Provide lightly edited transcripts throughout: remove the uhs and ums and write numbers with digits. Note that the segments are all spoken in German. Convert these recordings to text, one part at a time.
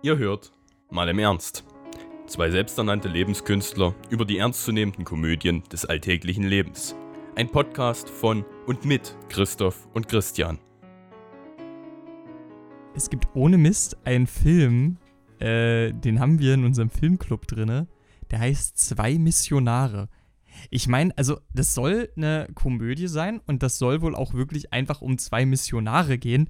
Ihr hört Mal im Ernst. Zwei selbsternannte Lebenskünstler über die ernstzunehmenden Komödien des alltäglichen Lebens. Ein Podcast von und mit Christoph und Christian. Es gibt ohne Mist einen Film, den haben wir in unserem Filmclub drinne, der heißt Zwei Missionare. Ich meine, also das soll eine Komödie sein und das soll wohl auch wirklich einfach um zwei Missionare gehen.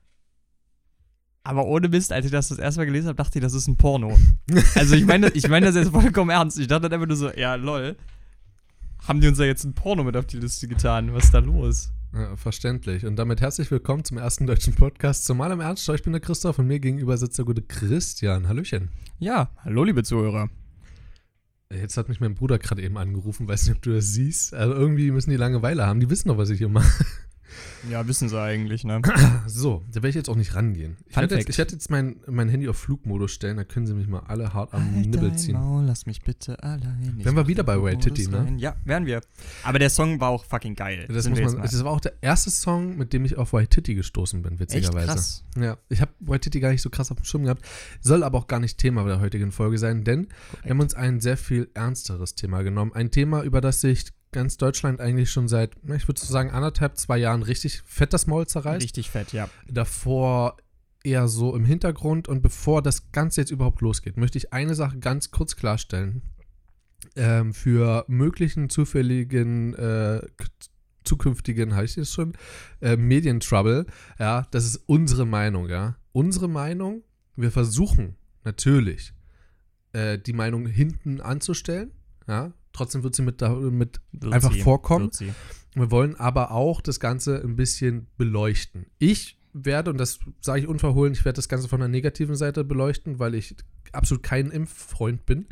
Aber ohne Mist, als ich das erste Mal gelesen habe, dachte ich, das ist ein Porno. Also ich meine das jetzt vollkommen ernst. Ich dachte dann einfach nur so, ja lol, haben die uns da jetzt ein Porno mit auf die Liste getan? Was ist da los? Ja, verständlich. Und damit herzlich willkommen zum ersten deutschen Podcast zum Mal im Ernst. Ich bin der Christoph und mir gegenüber sitzt der gute Christian. Hallöchen. Ja, hallo liebe Zuhörer. Jetzt hat mich mein Bruder gerade eben angerufen, weiß nicht, ob du das siehst. Also irgendwie müssen die Langeweile haben, die wissen doch, was ich hier mache. Ja, wissen sie eigentlich, ne? So, da werde ich jetzt auch nicht rangehen. Ich werde jetzt mein Handy auf Flugmodus stellen, da können sie mich mal alle hart am Nibbel ziehen. Maul, lass mich bitte allein. Wären wir wieder bei Waititi, ne? Ja, wären wir. Aber der Song war auch fucking geil. Das war auch der erste Song, mit dem ich auf Waititi gestoßen bin, witzigerweise. Echt krass. Ja, ich habe Waititi gar nicht so krass auf dem Schirm gehabt. Soll aber auch gar nicht Thema der heutigen Folge sein, denn wir haben uns ein sehr viel ernsteres Thema genommen. Ein Thema, über das sich ganz Deutschland eigentlich schon seit, ich würde so sagen, 2 Jahren richtig fett das Maul zerreißt. Richtig fett, ja. Davor eher so im Hintergrund, und bevor das Ganze jetzt überhaupt losgeht, möchte ich eine Sache ganz kurz klarstellen. Für möglichen zufälligen zukünftigen, habe ich das schon, Medientrouble, ja, das ist unsere Meinung, ja. Unsere Meinung, wir versuchen natürlich, die Meinung hinten anzustellen, ja. Trotzdem wird sie mit einfach vorkommen. Wir wollen aber auch das Ganze ein bisschen beleuchten. Ich werde, und das sage ich unverhohlen, ich werde das Ganze von der negativen Seite beleuchten, weil ich absolut kein Impffreund bin.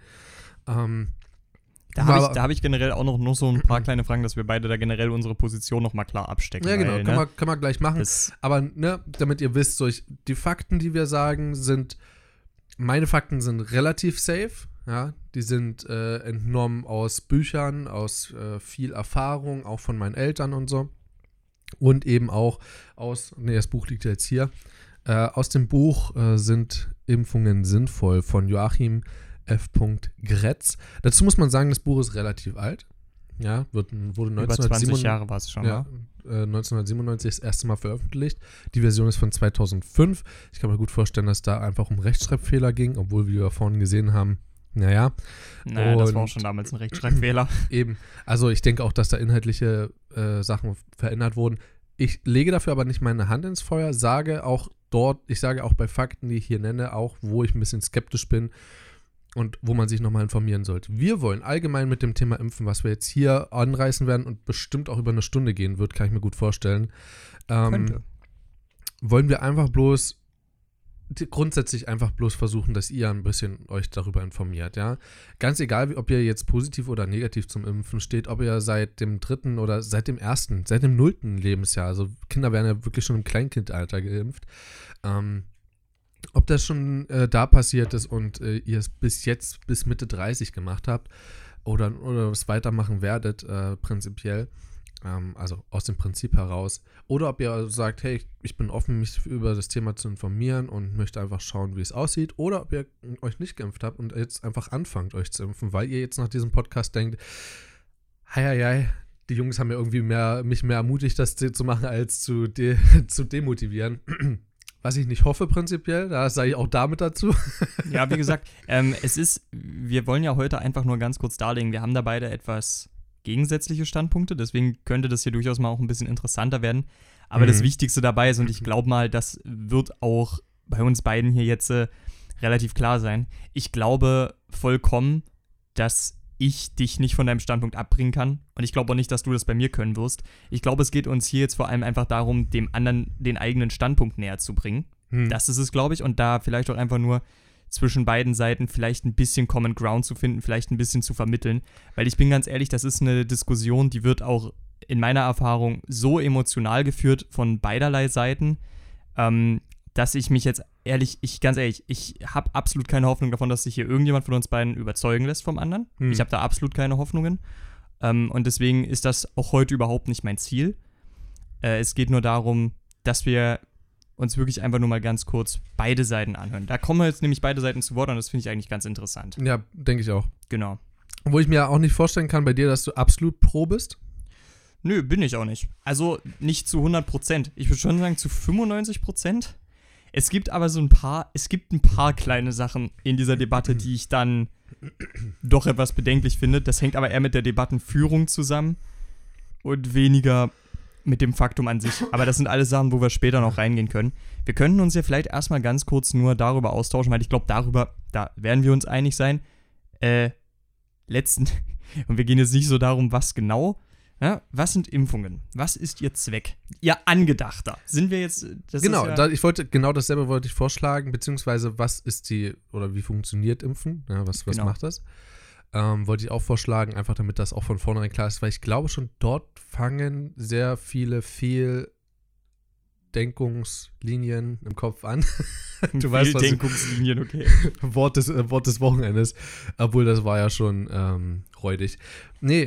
Da habe ich generell auch noch so ein paar kleine Fragen, dass wir beide da generell unsere Position nochmal klar abstecken. Ja, genau, weil, kann man gleich machen. Aber damit ihr wisst, die Fakten, die wir sagen, meine Fakten sind relativ safe. Ja, die sind entnommen aus Büchern, aus viel Erfahrung, auch von meinen Eltern und so. Und eben auch das Buch liegt ja jetzt hier, aus dem Buch Sind Impfungen sinnvoll von Joachim F. Gretz. Dazu muss man sagen, das Buch ist relativ alt. Ja, wurde über 20 Jahre war es schon, ja, 1997 das erste Mal veröffentlicht. Die Version ist von 2005. Ich kann mir gut vorstellen, dass da einfach um Rechtschreibfehler ging, obwohl wir vorhin gesehen haben, Naja, das war auch schon damals ein Rechtschreibfehler. Eben. Also ich denke auch, dass da inhaltliche Sachen verändert wurden. Ich lege dafür aber nicht meine Hand ins Feuer, ich sage auch bei Fakten, die ich hier nenne, auch wo ich ein bisschen skeptisch bin und wo man sich nochmal informieren sollte. Wir wollen allgemein mit dem Thema Impfen, was wir jetzt hier anreißen werden und bestimmt auch über eine Stunde gehen wird, kann ich mir gut vorstellen. Wollen wir grundsätzlich einfach bloß versuchen, dass ihr ein bisschen euch darüber informiert, ja. Ganz egal, ob ihr jetzt positiv oder negativ zum Impfen steht, ob ihr seit dem 3. oder seit dem 0. Lebensjahr, also Kinder werden ja wirklich schon im Kleinkindalter geimpft, ob das schon da passiert ist und ihr es bis Mitte 30 gemacht habt oder es weitermachen werdet, prinzipiell. Also aus dem Prinzip heraus. Oder ob ihr sagt, hey, ich bin offen, mich über das Thema zu informieren und möchte einfach schauen, wie es aussieht. Oder ob ihr euch nicht geimpft habt und jetzt einfach anfangt, euch zu impfen, weil ihr jetzt nach diesem Podcast denkt, hei, die Jungs haben ja irgendwie mich mehr ermutigt, das zu machen, als zu demotivieren. Was ich nicht hoffe prinzipiell, da sage ich auch damit dazu. Ja, wie gesagt, wir wollen ja heute einfach nur ganz kurz darlegen, wir haben da beide etwas gegensätzliche Standpunkte, deswegen könnte das hier durchaus mal auch ein bisschen interessanter werden. Aber das Wichtigste dabei ist, und ich glaube mal, das wird auch bei uns beiden hier jetzt relativ klar sein, ich glaube vollkommen, dass ich dich nicht von deinem Standpunkt abbringen kann, und ich glaube auch nicht, dass du das bei mir können wirst. Ich glaube, es geht uns hier jetzt vor allem einfach darum, dem anderen den eigenen Standpunkt näher zu bringen. Das ist es, glaube ich, und da vielleicht auch einfach nur zwischen beiden Seiten vielleicht ein bisschen Common Ground zu finden, vielleicht ein bisschen zu vermitteln. Weil ich bin ganz ehrlich, das ist eine Diskussion, die wird auch in meiner Erfahrung so emotional geführt von beiderlei Seiten, dass ich mich jetzt ich habe absolut keine Hoffnung davon, dass sich hier irgendjemand von uns beiden überzeugen lässt vom anderen. Ich habe da absolut keine Hoffnungen. Und deswegen ist das auch heute überhaupt nicht mein Ziel. Es geht nur darum, dass wir uns wirklich einfach nur mal ganz kurz beide Seiten anhören. Da kommen jetzt nämlich beide Seiten zu Wort und das finde ich eigentlich ganz interessant. Ja, denke ich auch. Genau. Wo ich mir auch nicht vorstellen kann bei dir, dass du absolut pro bist. Nö, bin ich auch nicht. Also nicht zu 100%. Ich würde schon sagen zu 95%. Es gibt aber ein paar kleine Sachen in dieser Debatte, die ich dann doch etwas bedenklich finde. Das hängt aber eher mit der Debattenführung zusammen und weniger mit dem Faktum an sich. Aber das sind alles Sachen, wo wir später noch reingehen können. Wir könnten uns ja vielleicht erstmal ganz kurz nur darüber austauschen, weil ich glaube, da werden wir uns einig sein. Und wir gehen jetzt nicht so darum, was genau. Ja, was sind Impfungen? Was ist ihr Zweck? Ihr Angedachter. Sind wir jetzt. Genau, dasselbe wollte ich vorschlagen, beziehungsweise wie funktioniert Impfen? Ja, was Genau. macht das? Wollte ich auch vorschlagen, einfach damit das auch von vornherein klar ist, weil ich glaube schon dort fangen sehr viele Fehldenkungslinien im Kopf an. Du weißt, was Fehldenkungslinien, okay. Wort des Wochenendes, obwohl das war ja schon räudig. Nee,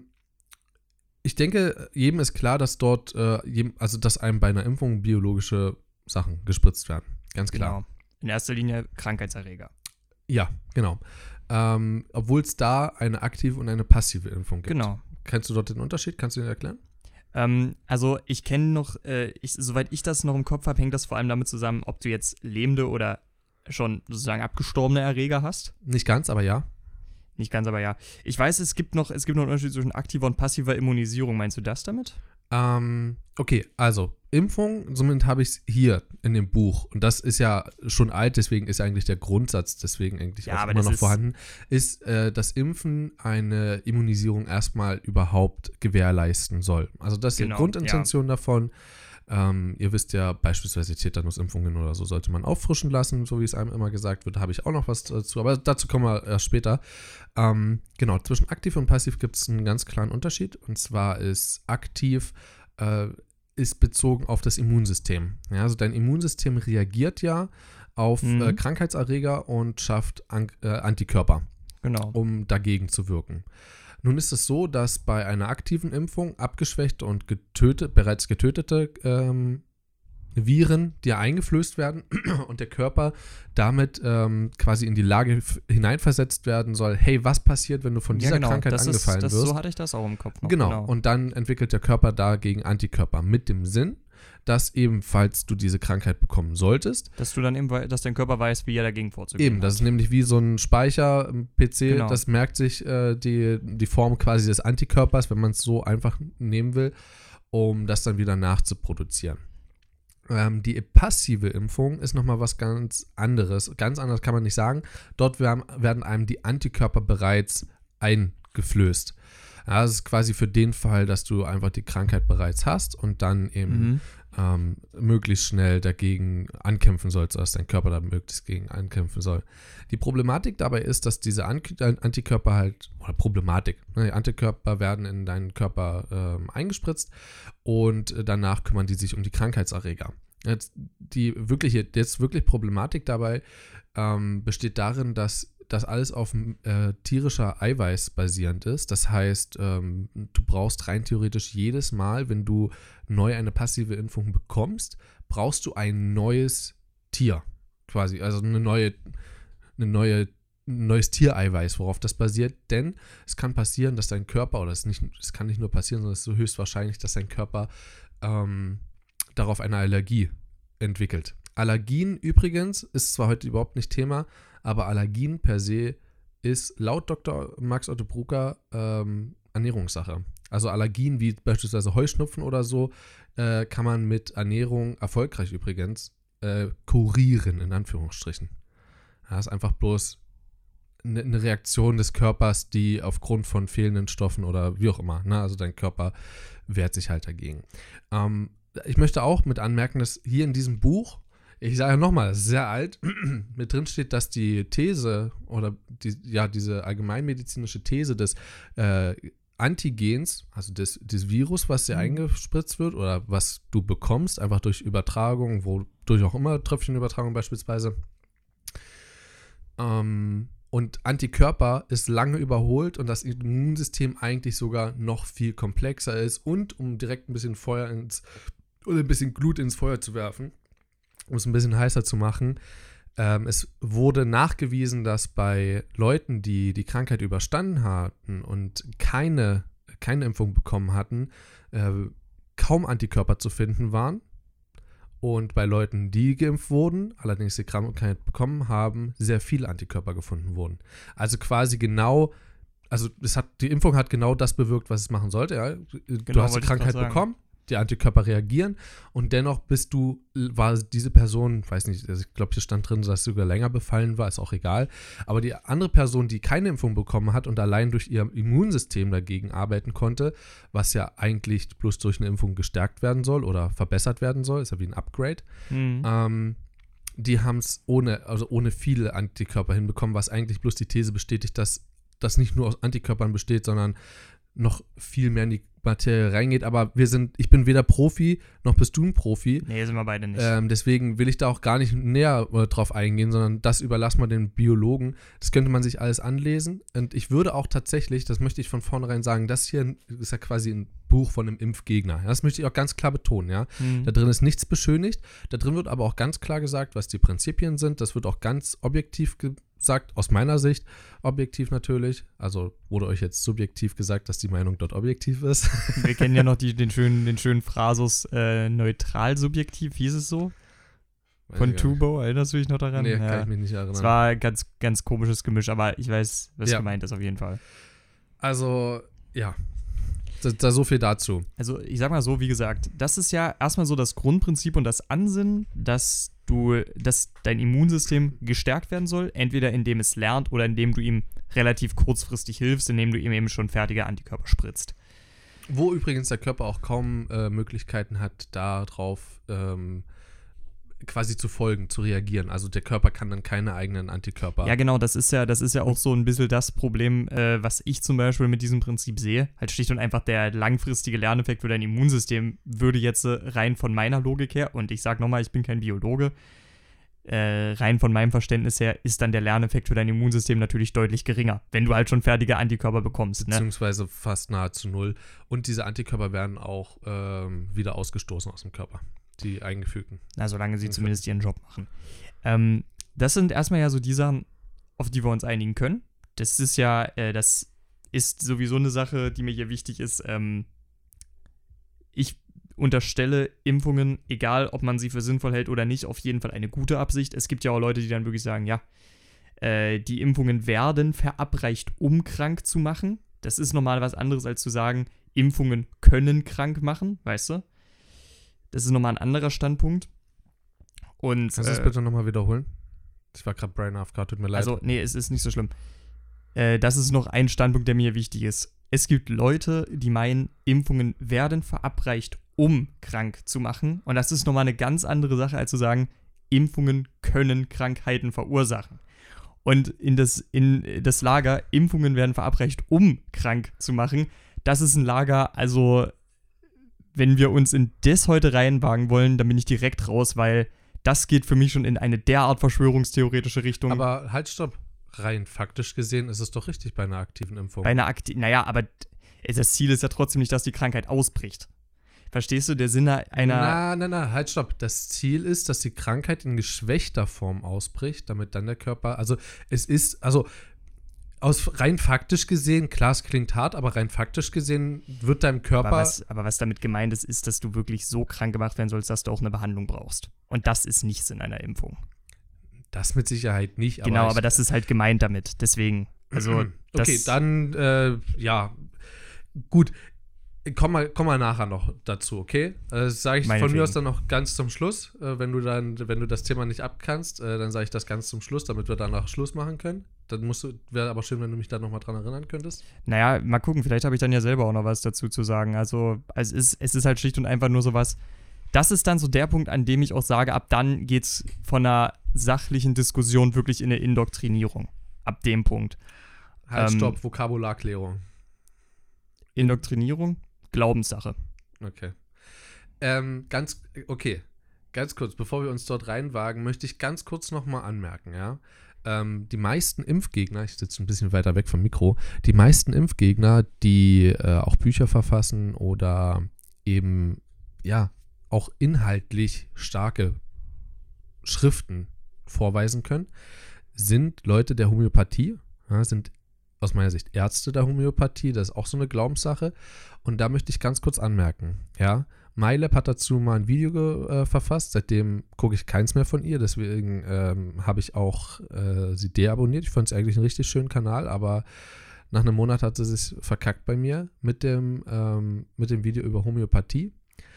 ich denke, jedem ist klar, dass dort, dass einem bei einer Impfung biologische Sachen gespritzt werden. Ganz klar. Genau. In erster Linie Krankheitserreger. Ja, genau. Obwohl es da eine aktive und eine passive Impfung gibt. Genau. Kennst du dort den Unterschied? Kannst du den erklären? Also ich kenne noch, soweit ich das noch im Kopf habe, hängt das vor allem damit zusammen, ob du jetzt lebende oder schon sozusagen abgestorbene Erreger hast. Nicht ganz, aber ja. Nicht ganz, aber ja. Ich weiß, es gibt noch einen Unterschied zwischen aktiver und passiver Immunisierung. Meinst du das damit? Okay, also Impfung, somit habe ich es hier in dem Buch. Und das ist ja schon alt, deswegen ist eigentlich der Grundsatz deswegen eigentlich auch immer noch vorhanden, ist, dass Impfen eine Immunisierung erstmal überhaupt gewährleisten soll. Also das ist die Grundintention davon. Ihr wisst ja, beispielsweise Tetanusimpfungen oder so sollte man auffrischen lassen, so wie es einem immer gesagt wird. Da habe ich auch noch was dazu, aber dazu kommen wir erst später. Genau, zwischen aktiv und passiv gibt es einen ganz klaren Unterschied. Und zwar ist aktiv ist bezogen auf das Immunsystem. Ja, also dein Immunsystem reagiert ja auf Krankheitserreger und schafft Antikörper, um dagegen zu wirken. Nun ist es so, dass bei einer aktiven Impfung abgeschwächte und bereits getötete Viren dir eingeflößt werden und der Körper damit quasi in die Lage hineinversetzt werden soll, hey, was passiert, wenn du von dieser Krankheit angefallen wirst? So hatte ich das auch im Kopf noch. Genau, und dann entwickelt der Körper dagegen Antikörper mit dem Sinn, dass eben, falls du diese Krankheit bekommen solltest, dass du dann eben, dass dein Körper weiß, wie er dagegen vorzugehen Eben, das ist nämlich wie so ein Speicher im PC, das merkt sich die Form quasi des Antikörpers, wenn man es so einfach nehmen will, um das dann wieder nachzuproduzieren. Die passive Impfung ist nochmal was ganz anderes. Ganz anders kann man nicht sagen. Dort werden einem die Antikörper bereits eingeflößt. Ja, das ist quasi für den Fall, dass du einfach die Krankheit bereits hast und dann eben möglichst schnell dagegen ankämpfen sollst, dass dein Körper da möglichst gegen ankämpfen soll. Die Problematik dabei ist, dass diese Antikörper die Antikörper werden in deinen Körper eingespritzt und danach kümmern die sich um die Krankheitserreger. Die wirklich Problematik dabei besteht darin, dass das alles auf tierischer Eiweiß basierend ist. Das heißt, du brauchst rein theoretisch jedes Mal, wenn du neu eine passive Impfung bekommst, brauchst du ein neues Tier quasi, also ein neues Tiereiweiß, worauf das basiert. Denn es kann passieren, dass dein Körper, es kann nicht nur passieren, sondern es ist so höchstwahrscheinlich, dass dein Körper darauf eine Allergie entwickelt. Allergien übrigens ist zwar heute überhaupt nicht Thema, aber Allergien per se ist laut Dr. Max Otto Brucker Ernährungssache. Also Allergien wie beispielsweise Heuschnupfen oder so kann man mit Ernährung erfolgreich übrigens kurieren, in Anführungsstrichen. Das ist einfach bloß eine Reaktion des Körpers, die aufgrund von fehlenden Stoffen oder wie auch immer, also dein Körper wehrt sich halt dagegen. Ich möchte auch mit anmerken, dass hier in diesem Buch, ich sage ja nochmal, es ist sehr alt, mit drin steht, dass die These oder diese allgemeinmedizinische These des Antigens, also des Virus, was dir eingespritzt wird oder was du bekommst, einfach durch Übertragung, wodurch auch immer, Tröpfchenübertragung beispielsweise. Und Antikörper ist lange überholt und das Immunsystem eigentlich sogar noch viel komplexer ist. Und um direkt ein bisschen Glut ins Feuer zu werfen, um es ein bisschen heißer zu machen, es wurde nachgewiesen, dass bei Leuten, die die Krankheit überstanden hatten und keine Impfung bekommen hatten, kaum Antikörper zu finden waren. Und bei Leuten, die geimpft wurden, allerdings die Krankheit bekommen haben, sehr viele Antikörper gefunden wurden. Also quasi genau, die Impfung hat genau das bewirkt, was es machen sollte. Ja? Du hast die Krankheit bekommen, die Antikörper reagieren und dennoch war diese Person, weiß nicht, ich glaube, hier stand drin, dass sie sogar länger befallen war, ist auch egal, aber die andere Person, die keine Impfung bekommen hat und allein durch ihr Immunsystem dagegen arbeiten konnte, was ja eigentlich bloß durch eine Impfung gestärkt werden soll oder verbessert werden soll, ist ja wie ein Upgrade, die haben es ohne viele Antikörper hinbekommen, was eigentlich bloß die These bestätigt, dass das nicht nur aus Antikörpern besteht, sondern noch viel mehr in die Materie reingeht, aber ich bin weder Profi, noch bist du ein Profi. Nee, sind wir beide nicht. Deswegen will ich da auch gar nicht näher drauf eingehen, sondern das überlassen wir den Biologen. Das könnte man sich alles anlesen und ich würde auch tatsächlich, das möchte ich von vornherein sagen, das hier ist ja quasi ein Buch von einem Impfgegner. Das möchte ich auch ganz klar betonen, ja. Da drin ist nichts beschönigt, da drin wird aber auch ganz klar gesagt, was die Prinzipien sind, das wird auch ganz objektiv gesagt, aus meiner Sicht, objektiv natürlich. Also wurde euch jetzt subjektiv gesagt, dass die Meinung dort objektiv ist. Wir kennen ja noch den schönen Phrasus neutral subjektiv, hieß es so? Von Tubo, erinnerst du dich noch daran? Nee, kann ich mich nicht erinnern. Es war ein ganz, ganz komisches Gemisch, aber ich weiß, was gemeint ist auf jeden Fall. Also, ja. Da so viel dazu. Also, ich sag mal so, wie gesagt, das ist ja erstmal so das Grundprinzip und das Ansinnen, dass dein Immunsystem gestärkt werden soll, entweder indem es lernt oder indem du ihm relativ kurzfristig hilfst, indem du ihm eben schon fertige Antikörper spritzt. Wo übrigens der Körper auch kaum Möglichkeiten hat, darauf quasi zu folgen, zu reagieren. Also der Körper kann dann keine eigenen Antikörper. Ja, genau, das ist ja auch so ein bisschen das Problem, was ich zum Beispiel mit diesem Prinzip sehe. Halt schlicht und einfach der langfristige Lerneffekt für dein Immunsystem würde jetzt rein von meiner Logik her, und ich sag nochmal, ich bin kein Biologe, rein von meinem Verständnis her ist dann der Lerneffekt für dein Immunsystem natürlich deutlich geringer, wenn du halt schon fertige Antikörper bekommst. Beziehungsweise fast nahezu null. Und diese Antikörper werden auch wieder ausgestoßen aus dem Körper. Die eingefügten. Na, solange sie zumindest ihren Job machen. Das sind erstmal ja so die Sachen, auf die wir uns einigen können. Das ist sowieso eine Sache, die mir hier wichtig ist. Ich unterstelle Impfungen, egal ob man sie für sinnvoll hält oder nicht, auf jeden Fall eine gute Absicht. Es gibt ja auch Leute, die dann wirklich sagen, ja, die Impfungen werden verabreicht, um krank zu machen. Das ist normal was anderes, als zu sagen, Impfungen können krank machen, weißt du? Das ist nochmal ein anderer Standpunkt. Und, kannst du das bitte nochmal wiederholen? Ich war gerade Brain AFK, tut mir leid. Also, nee, es ist nicht so schlimm. Das ist noch ein Standpunkt, der mir wichtig ist. Es gibt Leute, die meinen, Impfungen werden verabreicht, um krank zu machen. Und das ist nochmal eine ganz andere Sache, als zu sagen, Impfungen können Krankheiten verursachen. Und in das Lager, Impfungen werden verabreicht, um krank zu machen, das ist ein Lager, also wenn wir uns in das heute reinwagen wollen, dann bin ich direkt raus, weil das geht für mich schon in eine derart verschwörungstheoretische Richtung. Aber halt, stopp. Rein faktisch gesehen ist es doch richtig bei einer aktiven Impfung. Aber das Ziel ist ja trotzdem nicht, dass die Krankheit ausbricht. Verstehst du? Der Sinn einer... Na, halt, stopp. Das Ziel ist, dass die Krankheit in geschwächter Form ausbricht, damit dann der Körper, aus rein faktisch gesehen, klar, es klingt hart, aber rein faktisch gesehen wird deinem Körper... Aber was damit gemeint ist, dass du wirklich so krank gemacht werden sollst, dass du auch eine Behandlung brauchst. Und das ist nicht Sinn einer Impfung. Das mit Sicherheit nicht. Genau, aber das ist halt gemeint damit. Deswegen, also... Okay, dann, ja, gut. Komm mal nachher noch dazu, okay? Das sage ich von mir aus dann noch ganz zum Schluss. Wenn du das Thema nicht abkannst, dann sage ich das ganz zum Schluss, damit wir danach Schluss machen können. Dann wäre aber schön, wenn du mich da nochmal dran erinnern könntest. Naja, mal gucken, vielleicht habe ich dann ja selber auch noch was dazu zu sagen. Also es ist halt schlicht und einfach nur sowas. Das ist dann so der Punkt, an dem ich auch sage, ab dann geht's von einer sachlichen Diskussion wirklich in eine Indoktrinierung. Ab dem Punkt. Halt, stopp, Vokabularklärung. Indoktrinierung? Glaubenssache. Okay. Ganz kurz, bevor wir uns dort reinwagen, möchte ich ganz kurz nochmal anmerken, ja. Die meisten Impfgegner, ich sitze ein bisschen weiter weg vom Mikro, die meisten Impfgegner, die auch Bücher verfassen oder eben, ja, auch inhaltlich starke Schriften vorweisen können, sind Leute der Homöopathie, ja, sind aus meiner Sicht Ärzte der Homöopathie, das ist auch so eine Glaubenssache. Und da möchte ich ganz kurz anmerken, ja, MyLab hat dazu mal ein Video verfasst, seitdem gucke ich keins mehr von ihr, deswegen habe ich auch sie deabonniert. Ich fand es eigentlich einen richtig schönen Kanal, aber nach einem Monat hat sie sich verkackt bei mir mit dem Video über Homöopathie.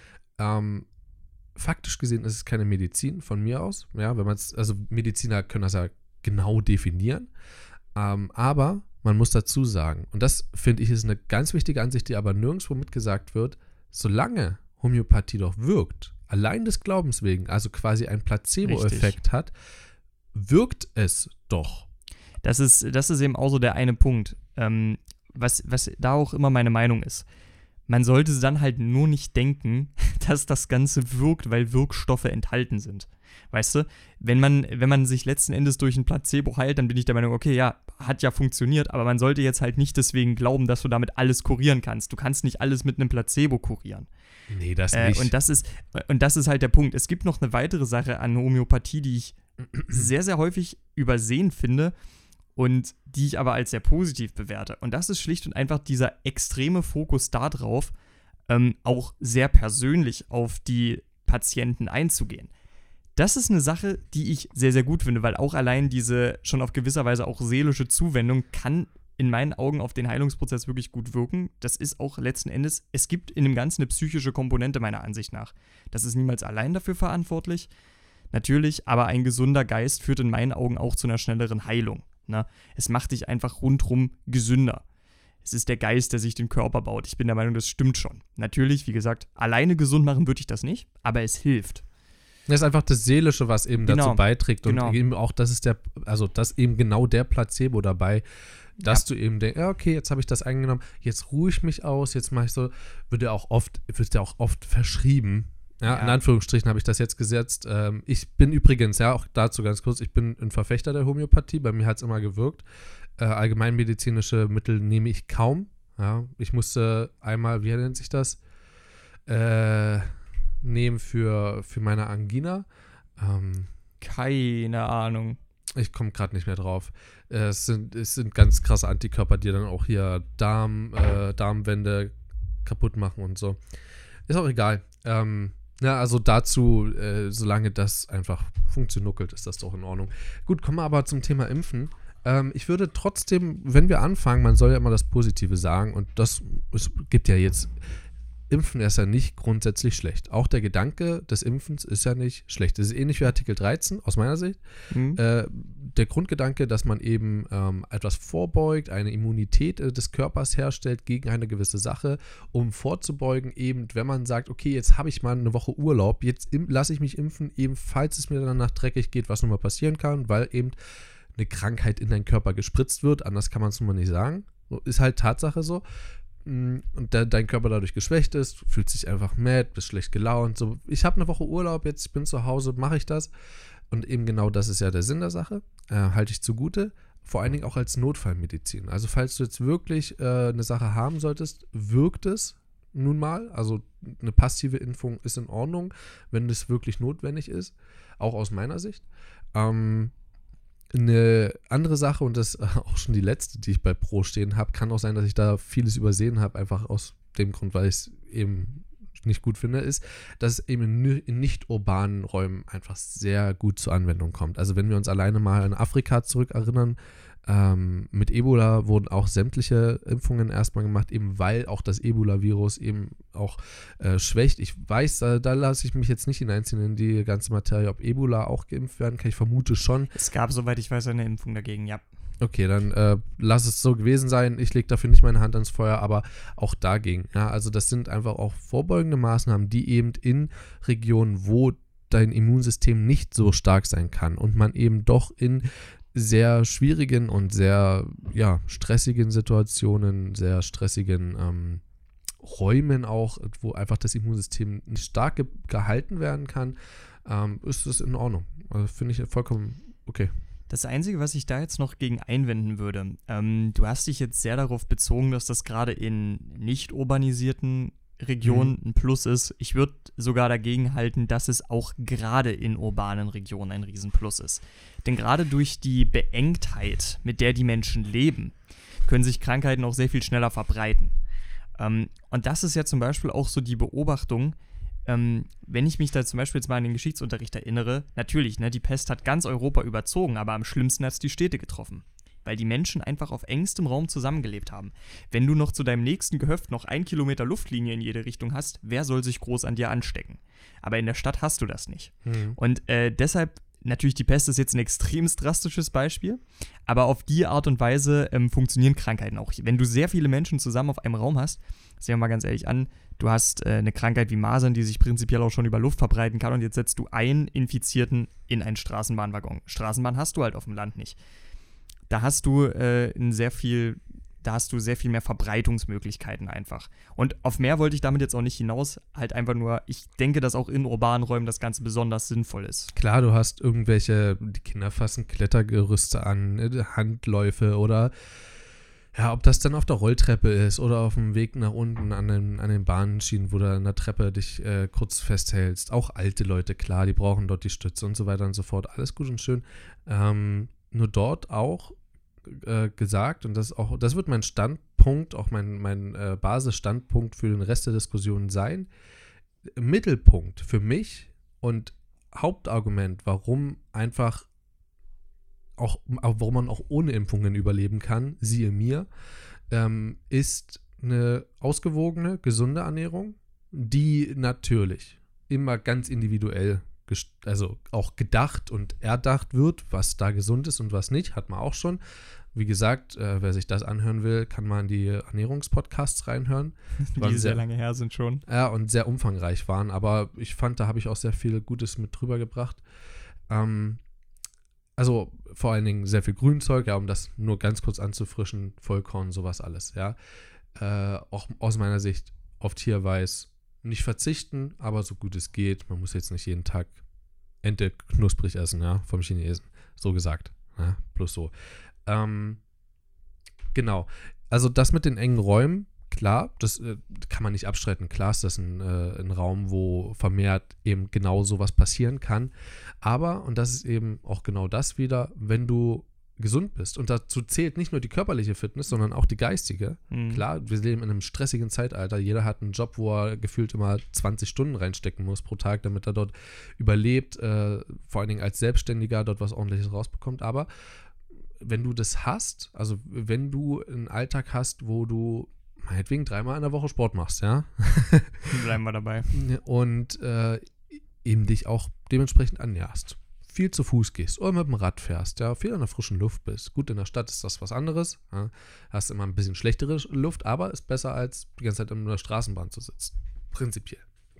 Faktisch gesehen ist es keine Medizin von mir aus, ja, wenn man es, also Mediziner können das ja genau definieren, aber man muss dazu sagen, und das finde ich ist eine ganz wichtige Ansicht, die aber nirgendwo mitgesagt wird, solange Homöopathie doch wirkt, allein des Glaubens wegen, also quasi einen Placebo-Effekt hat, wirkt es doch. Das ist eben auch so der eine Punkt, was da auch immer meine Meinung ist. Man sollte dann halt nur nicht denken, dass das Ganze wirkt, weil Wirkstoffe enthalten sind. Weißt du, wenn man sich letzten Endes durch ein Placebo heilt, dann bin ich der Meinung, okay, ja, hat ja funktioniert, aber man sollte jetzt halt nicht deswegen glauben, dass du damit alles kurieren kannst. Du kannst nicht alles mit einem Placebo kurieren. Nee, das nicht. Und das ist halt der Punkt. Es gibt noch eine weitere Sache an Homöopathie, die ich sehr, sehr häufig übersehen finde und die ich aber als sehr positiv bewerte. Und das ist schlicht und einfach dieser extreme Fokus darauf, auch sehr persönlich auf die Patienten einzugehen. Das ist eine Sache, die ich sehr, sehr gut finde, weil auch allein diese schon auf gewisser Weise auch seelische Zuwendung kann in meinen Augen auf den Heilungsprozess wirklich gut wirken. Das ist auch letzten Endes, es gibt in dem Ganzen eine psychische Komponente meiner Ansicht nach. Das ist niemals allein dafür verantwortlich, natürlich, aber ein gesunder Geist führt in meinen Augen auch zu einer schnelleren Heilung. Ne? Es macht dich einfach rundrum gesünder. Es ist der Geist, der sich den Körper baut. Ich bin der Meinung, das stimmt schon. Natürlich, wie gesagt, alleine gesund machen würde ich das nicht, aber es hilft. Das ist einfach das Seelische, was eben dazu beiträgt. Und eben auch, dass eben genau der Placebo dabei, dass du eben denkst, ja, okay, jetzt habe ich das eingenommen, jetzt ruhe ich mich aus, jetzt mache ich so, wird ja auch oft verschrieben. Ja, in Anführungsstrichen habe ich das jetzt gesetzt. Ich bin übrigens, ja, auch dazu ganz kurz, ich bin ein Verfechter der Homöopathie, bei mir hat es immer gewirkt. Allgemeinmedizinische Mittel nehme ich kaum. Ja, ich musste einmal, wie nennt sich das? Nehmen für meine Angina. Keine Ahnung. Ich komme gerade nicht mehr drauf. Es sind ganz krasse Antikörper, die dann auch hier Darmwände kaputt machen und so. Ist auch egal. Also dazu, solange das einfach funktioniert, ist das doch in Ordnung. Gut, kommen wir aber zum Thema Impfen. Ich würde trotzdem, wenn wir anfangen, man soll ja immer das Positive sagen und es gibt ja jetzt Impfen ist ja nicht grundsätzlich schlecht. Auch der Gedanke des Impfens ist ja nicht schlecht. Das ist ähnlich wie Artikel 13 aus meiner Sicht. Der Grundgedanke, dass man eben etwas vorbeugt, eine Immunität des Körpers herstellt gegen eine gewisse Sache, um vorzubeugen, eben wenn man sagt, okay, jetzt habe ich mal eine Woche Urlaub, jetzt lasse ich mich impfen, eben falls es mir danach dreckig geht, was nun mal passieren kann, weil eben eine Krankheit in deinen Körper gespritzt wird, anders kann man es nun mal nicht sagen. So, ist halt Tatsache so. Und dein Körper dadurch geschwächt ist, fühlt sich einfach mad, bist schlecht gelaunt. So, ich habe eine Woche Urlaub, jetzt ich bin zu Hause, mache ich das. Und eben genau das ist ja der Sinn der Sache, halte ich zugute. Vor allen Dingen auch als Notfallmedizin. Also falls du jetzt wirklich eine Sache haben solltest, wirkt es nun mal. Also eine passive Impfung ist in Ordnung, wenn das wirklich notwendig ist, auch aus meiner Sicht. Eine andere Sache, und das ist auch schon die letzte, die ich bei Pro stehen habe, kann auch sein, dass ich da vieles übersehen habe, einfach aus dem Grund, weil ich es eben nicht gut finde, ist, dass es eben in nicht urbanen Räumen einfach sehr gut zur Anwendung kommt. Also wenn wir uns alleine mal an Afrika zurückerinnern, mit Ebola wurden auch sämtliche Impfungen erstmal gemacht, eben weil auch das Ebola-Virus eben auch schwächt. Ich weiß, da lasse ich mich jetzt nicht hineinziehen in die ganze Materie, ob Ebola auch geimpft werden kann. Ich vermute schon. Es gab, soweit ich weiß, eine Impfung dagegen, ja. Okay, dann lass es so gewesen sein. Ich lege dafür nicht meine Hand ans Feuer, aber auch dagegen. Ja, also das sind einfach auch vorbeugende Maßnahmen, die eben in Regionen, wo dein Immunsystem nicht so stark sein kann und man eben doch in sehr schwierigen und sehr stressigen Situationen, sehr stressigen Räumen auch, wo einfach das Immunsystem nicht stark gehalten werden kann, ist es in Ordnung. Also finde ich vollkommen okay. Das Einzige, was ich da jetzt noch gegen einwenden würde, du hast dich jetzt sehr darauf bezogen, dass das gerade in nicht urbanisierten Regionen ein Plus ist. Ich würde sogar dagegen halten, dass es auch gerade in urbanen Regionen ein Riesenplus ist. Denn gerade durch die Beengtheit, mit der die Menschen leben, können sich Krankheiten auch sehr viel schneller verbreiten. Und das ist ja zum Beispiel auch so die Beobachtung, wenn ich mich da zum Beispiel jetzt mal an den Geschichtsunterricht erinnere, natürlich, ne, die Pest hat ganz Europa überzogen, aber am schlimmsten hat es die Städte getroffen. Weil die Menschen einfach auf engstem Raum zusammengelebt haben. Wenn du noch zu deinem nächsten Gehöft noch 1 Kilometer Luftlinie in jede Richtung hast, wer soll sich groß an dir anstecken? Aber in der Stadt hast du das nicht. Und deshalb, natürlich, die Pest ist jetzt ein extrem drastisches Beispiel, aber auf die Art und Weise funktionieren Krankheiten auch. Wenn du sehr viele Menschen zusammen auf einem Raum hast, sehen wir mal ganz ehrlich an, du hast eine Krankheit wie Masern, die sich prinzipiell auch schon über Luft verbreiten kann und jetzt setzt du einen Infizierten in einen Straßenbahnwaggon. Straßenbahn hast du halt auf dem Land nicht. Da hast du sehr viel mehr Verbreitungsmöglichkeiten einfach. Und auf mehr wollte ich damit jetzt auch nicht hinaus, halt einfach nur, ich denke, dass auch in urbanen Räumen das Ganze besonders sinnvoll ist. Klar, du hast die Kinder fassen Klettergerüste an, Handläufe oder ja, ob das dann auf der Rolltreppe ist oder auf dem Weg nach unten an den Bahnschienen, wo du an der Treppe dich kurz festhältst. Auch alte Leute, klar, die brauchen dort die Stütze und so weiter und so fort. Alles gut und schön. Nur dort auch gesagt, und das wird mein Standpunkt, auch mein Basisstandpunkt für den Rest der Diskussion sein. Mittelpunkt für mich und Hauptargument, warum man auch ohne Impfungen überleben kann, siehe mir, ist eine ausgewogene, gesunde Ernährung, die natürlich immer ganz individuell auch gedacht und erdacht wird, was da gesund ist und was nicht, hat man auch schon. Wie gesagt, wer sich das anhören will, kann mal in die Ernährungspodcasts reinhören. Die sehr lange her sind schon. Ja, und sehr umfangreich waren, aber ich fand, da habe ich auch sehr viel Gutes mit drüber gebracht. Also vor allen Dingen sehr viel Grünzeug, ja, um das nur ganz kurz anzufrischen, Vollkorn, sowas alles, ja. Auch aus meiner Sicht auf Tierweiß nicht verzichten, aber so gut es geht. Man muss jetzt nicht jeden Tag Ente knusprig essen, ja, vom Chinesen. So gesagt. Ja, bloß so. Genau. Also das mit den engen Räumen, klar, das kann man nicht abstreiten. Klar ist das ein Raum, wo vermehrt eben genau sowas passieren kann. Aber, und das ist eben auch genau das wieder, wenn du gesund bist. Und dazu zählt nicht nur die körperliche Fitness, sondern auch die geistige. Klar, wir leben in einem stressigen Zeitalter. Jeder hat einen Job, wo er gefühlt immer 20 Stunden reinstecken muss pro Tag, damit er dort überlebt, vor allen Dingen als Selbstständiger dort was Ordentliches rausbekommt. Aber wenn du das hast, also wenn du einen Alltag hast, wo du meinetwegen 3-mal in der Woche Sport machst, ja? Bleiben wir dabei. Und eben dich auch dementsprechend annäherst. Viel zu Fuß gehst oder mit dem Rad fährst, ja, viel an der frischen Luft bist. Gut, in der Stadt ist das was anderes, ja, hast immer ein bisschen schlechtere Luft, aber ist besser, als die ganze Zeit in der Straßenbahn zu sitzen. Prinzipiell.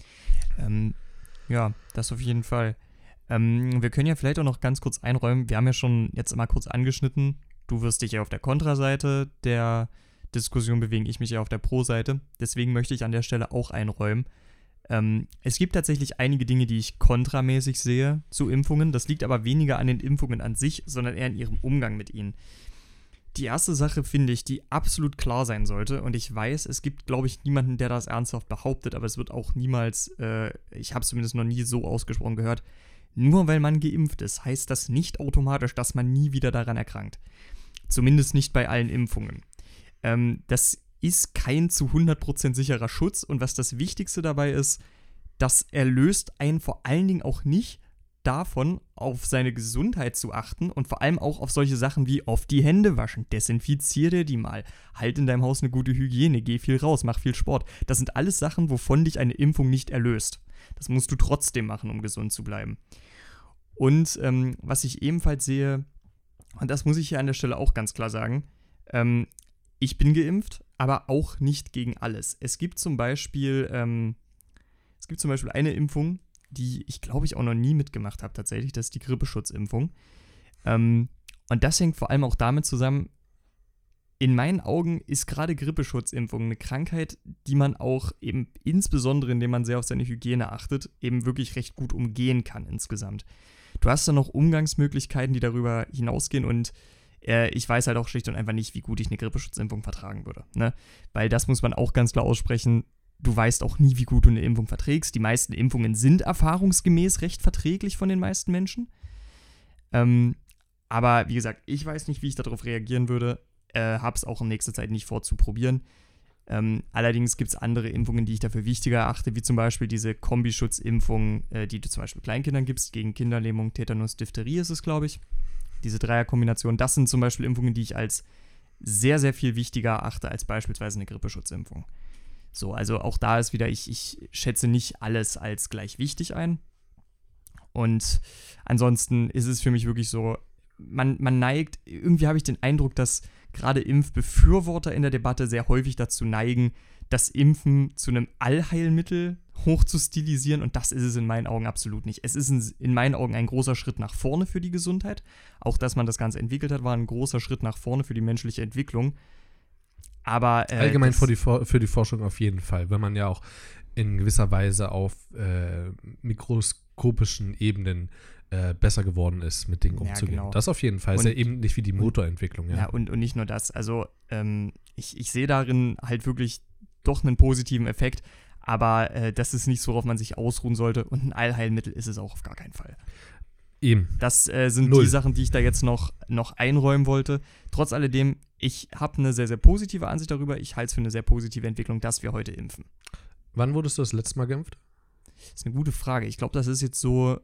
Ja, das auf jeden Fall. Wir können ja vielleicht auch noch ganz kurz einräumen, wir haben ja schon jetzt mal kurz angeschnitten, du wirst dich ja auf der Kontraseite der Diskussion bewegen, ich mich ja auf der Pro-Seite, deswegen möchte ich an der Stelle auch einräumen. Es gibt tatsächlich einige Dinge, die ich kontramäßig sehe zu Impfungen. Das liegt aber weniger an den Impfungen an sich, sondern eher in ihrem Umgang mit ihnen. Die erste Sache, finde ich, die absolut klar sein sollte, und ich weiß, es gibt, glaube ich, niemanden, der das ernsthaft behauptet, aber es wird auch niemals, ich habe es zumindest noch nie so ausgesprochen gehört, nur weil man geimpft ist, heißt das nicht automatisch, dass man nie wieder daran erkrankt. Zumindest nicht bei allen Impfungen. Das ist kein zu 100% sicherer Schutz, und was das Wichtigste dabei ist, das erlöst einen vor allen Dingen auch nicht davon, auf seine Gesundheit zu achten und vor allem auch auf solche Sachen wie auf die Hände waschen, desinfiziere die mal, halt in deinem Haus eine gute Hygiene, geh viel raus, mach viel Sport. Das sind alles Sachen, wovon dich eine Impfung nicht erlöst. Das musst du trotzdem machen, um gesund zu bleiben. Und was ich ebenfalls sehe, und das muss ich hier an der Stelle auch ganz klar sagen, ich bin geimpft, aber auch nicht gegen alles. Es gibt zum Beispiel eine Impfung, die ich glaube ich auch noch nie mitgemacht habe tatsächlich, das ist die Grippeschutzimpfung. Und das hängt vor allem auch damit zusammen, in meinen Augen ist gerade Grippeschutzimpfung eine Krankheit, die man auch eben insbesondere, indem man sehr auf seine Hygiene achtet, eben wirklich recht gut umgehen kann insgesamt. Du hast dann noch Umgangsmöglichkeiten, die darüber hinausgehen, und ich weiß halt auch schlicht und einfach nicht, wie gut ich eine Grippeschutzimpfung vertragen würde. Ne? Weil das muss man auch ganz klar aussprechen, du weißt auch nie, wie gut du eine Impfung verträgst. Die meisten Impfungen sind erfahrungsgemäß recht verträglich von den meisten Menschen. Aber wie gesagt, ich weiß nicht, wie ich darauf reagieren würde. Habe es auch in nächster Zeit nicht vor zu probieren. Allerdings gibt es andere Impfungen, die ich dafür wichtiger erachte, wie zum Beispiel diese Kombischutzimpfung, die du zum Beispiel Kleinkindern gibst, gegen Kinderlähmung, Tetanus, Diphtherie ist es, glaube ich. Diese Dreierkombination, das sind zum Beispiel Impfungen, die ich als sehr, sehr viel wichtiger erachte als beispielsweise eine Grippeschutzimpfung. So, also auch da ist wieder, ich schätze nicht alles als gleich wichtig ein. Und ansonsten ist es für mich wirklich so, man neigt, irgendwie habe ich den Eindruck, dass gerade Impfbefürworter in der Debatte sehr häufig dazu neigen, das Impfen zu einem Allheilmittel hoch zu stilisieren, und das ist es in meinen Augen absolut nicht. Es ist in meinen Augen ein großer Schritt nach vorne für die Gesundheit. Auch, dass man das Ganze entwickelt hat, war ein großer Schritt nach vorne für die menschliche Entwicklung. Aber allgemein für die Forschung auf jeden Fall, wenn man ja auch in gewisser Weise auf mikroskopischen Ebenen besser geworden ist, mit Dingen umzugehen. Genau. Das auf jeden Fall, sehr ähnlich wie die Motorentwicklung. Ja, und nicht nur das. Also ich sehe darin halt wirklich doch einen positiven Effekt, aber das ist nichts, worauf man sich ausruhen sollte, und ein Allheilmittel ist es auch auf gar keinen Fall. Eben. Das sind die Sachen, die ich da jetzt noch einräumen wollte. Trotz alledem, ich habe eine sehr, sehr positive Ansicht darüber. Ich halte es für eine sehr positive Entwicklung, dass wir heute impfen. Wann wurdest du das letzte Mal geimpft? Das ist eine gute Frage. Ich glaube, das ist jetzt so,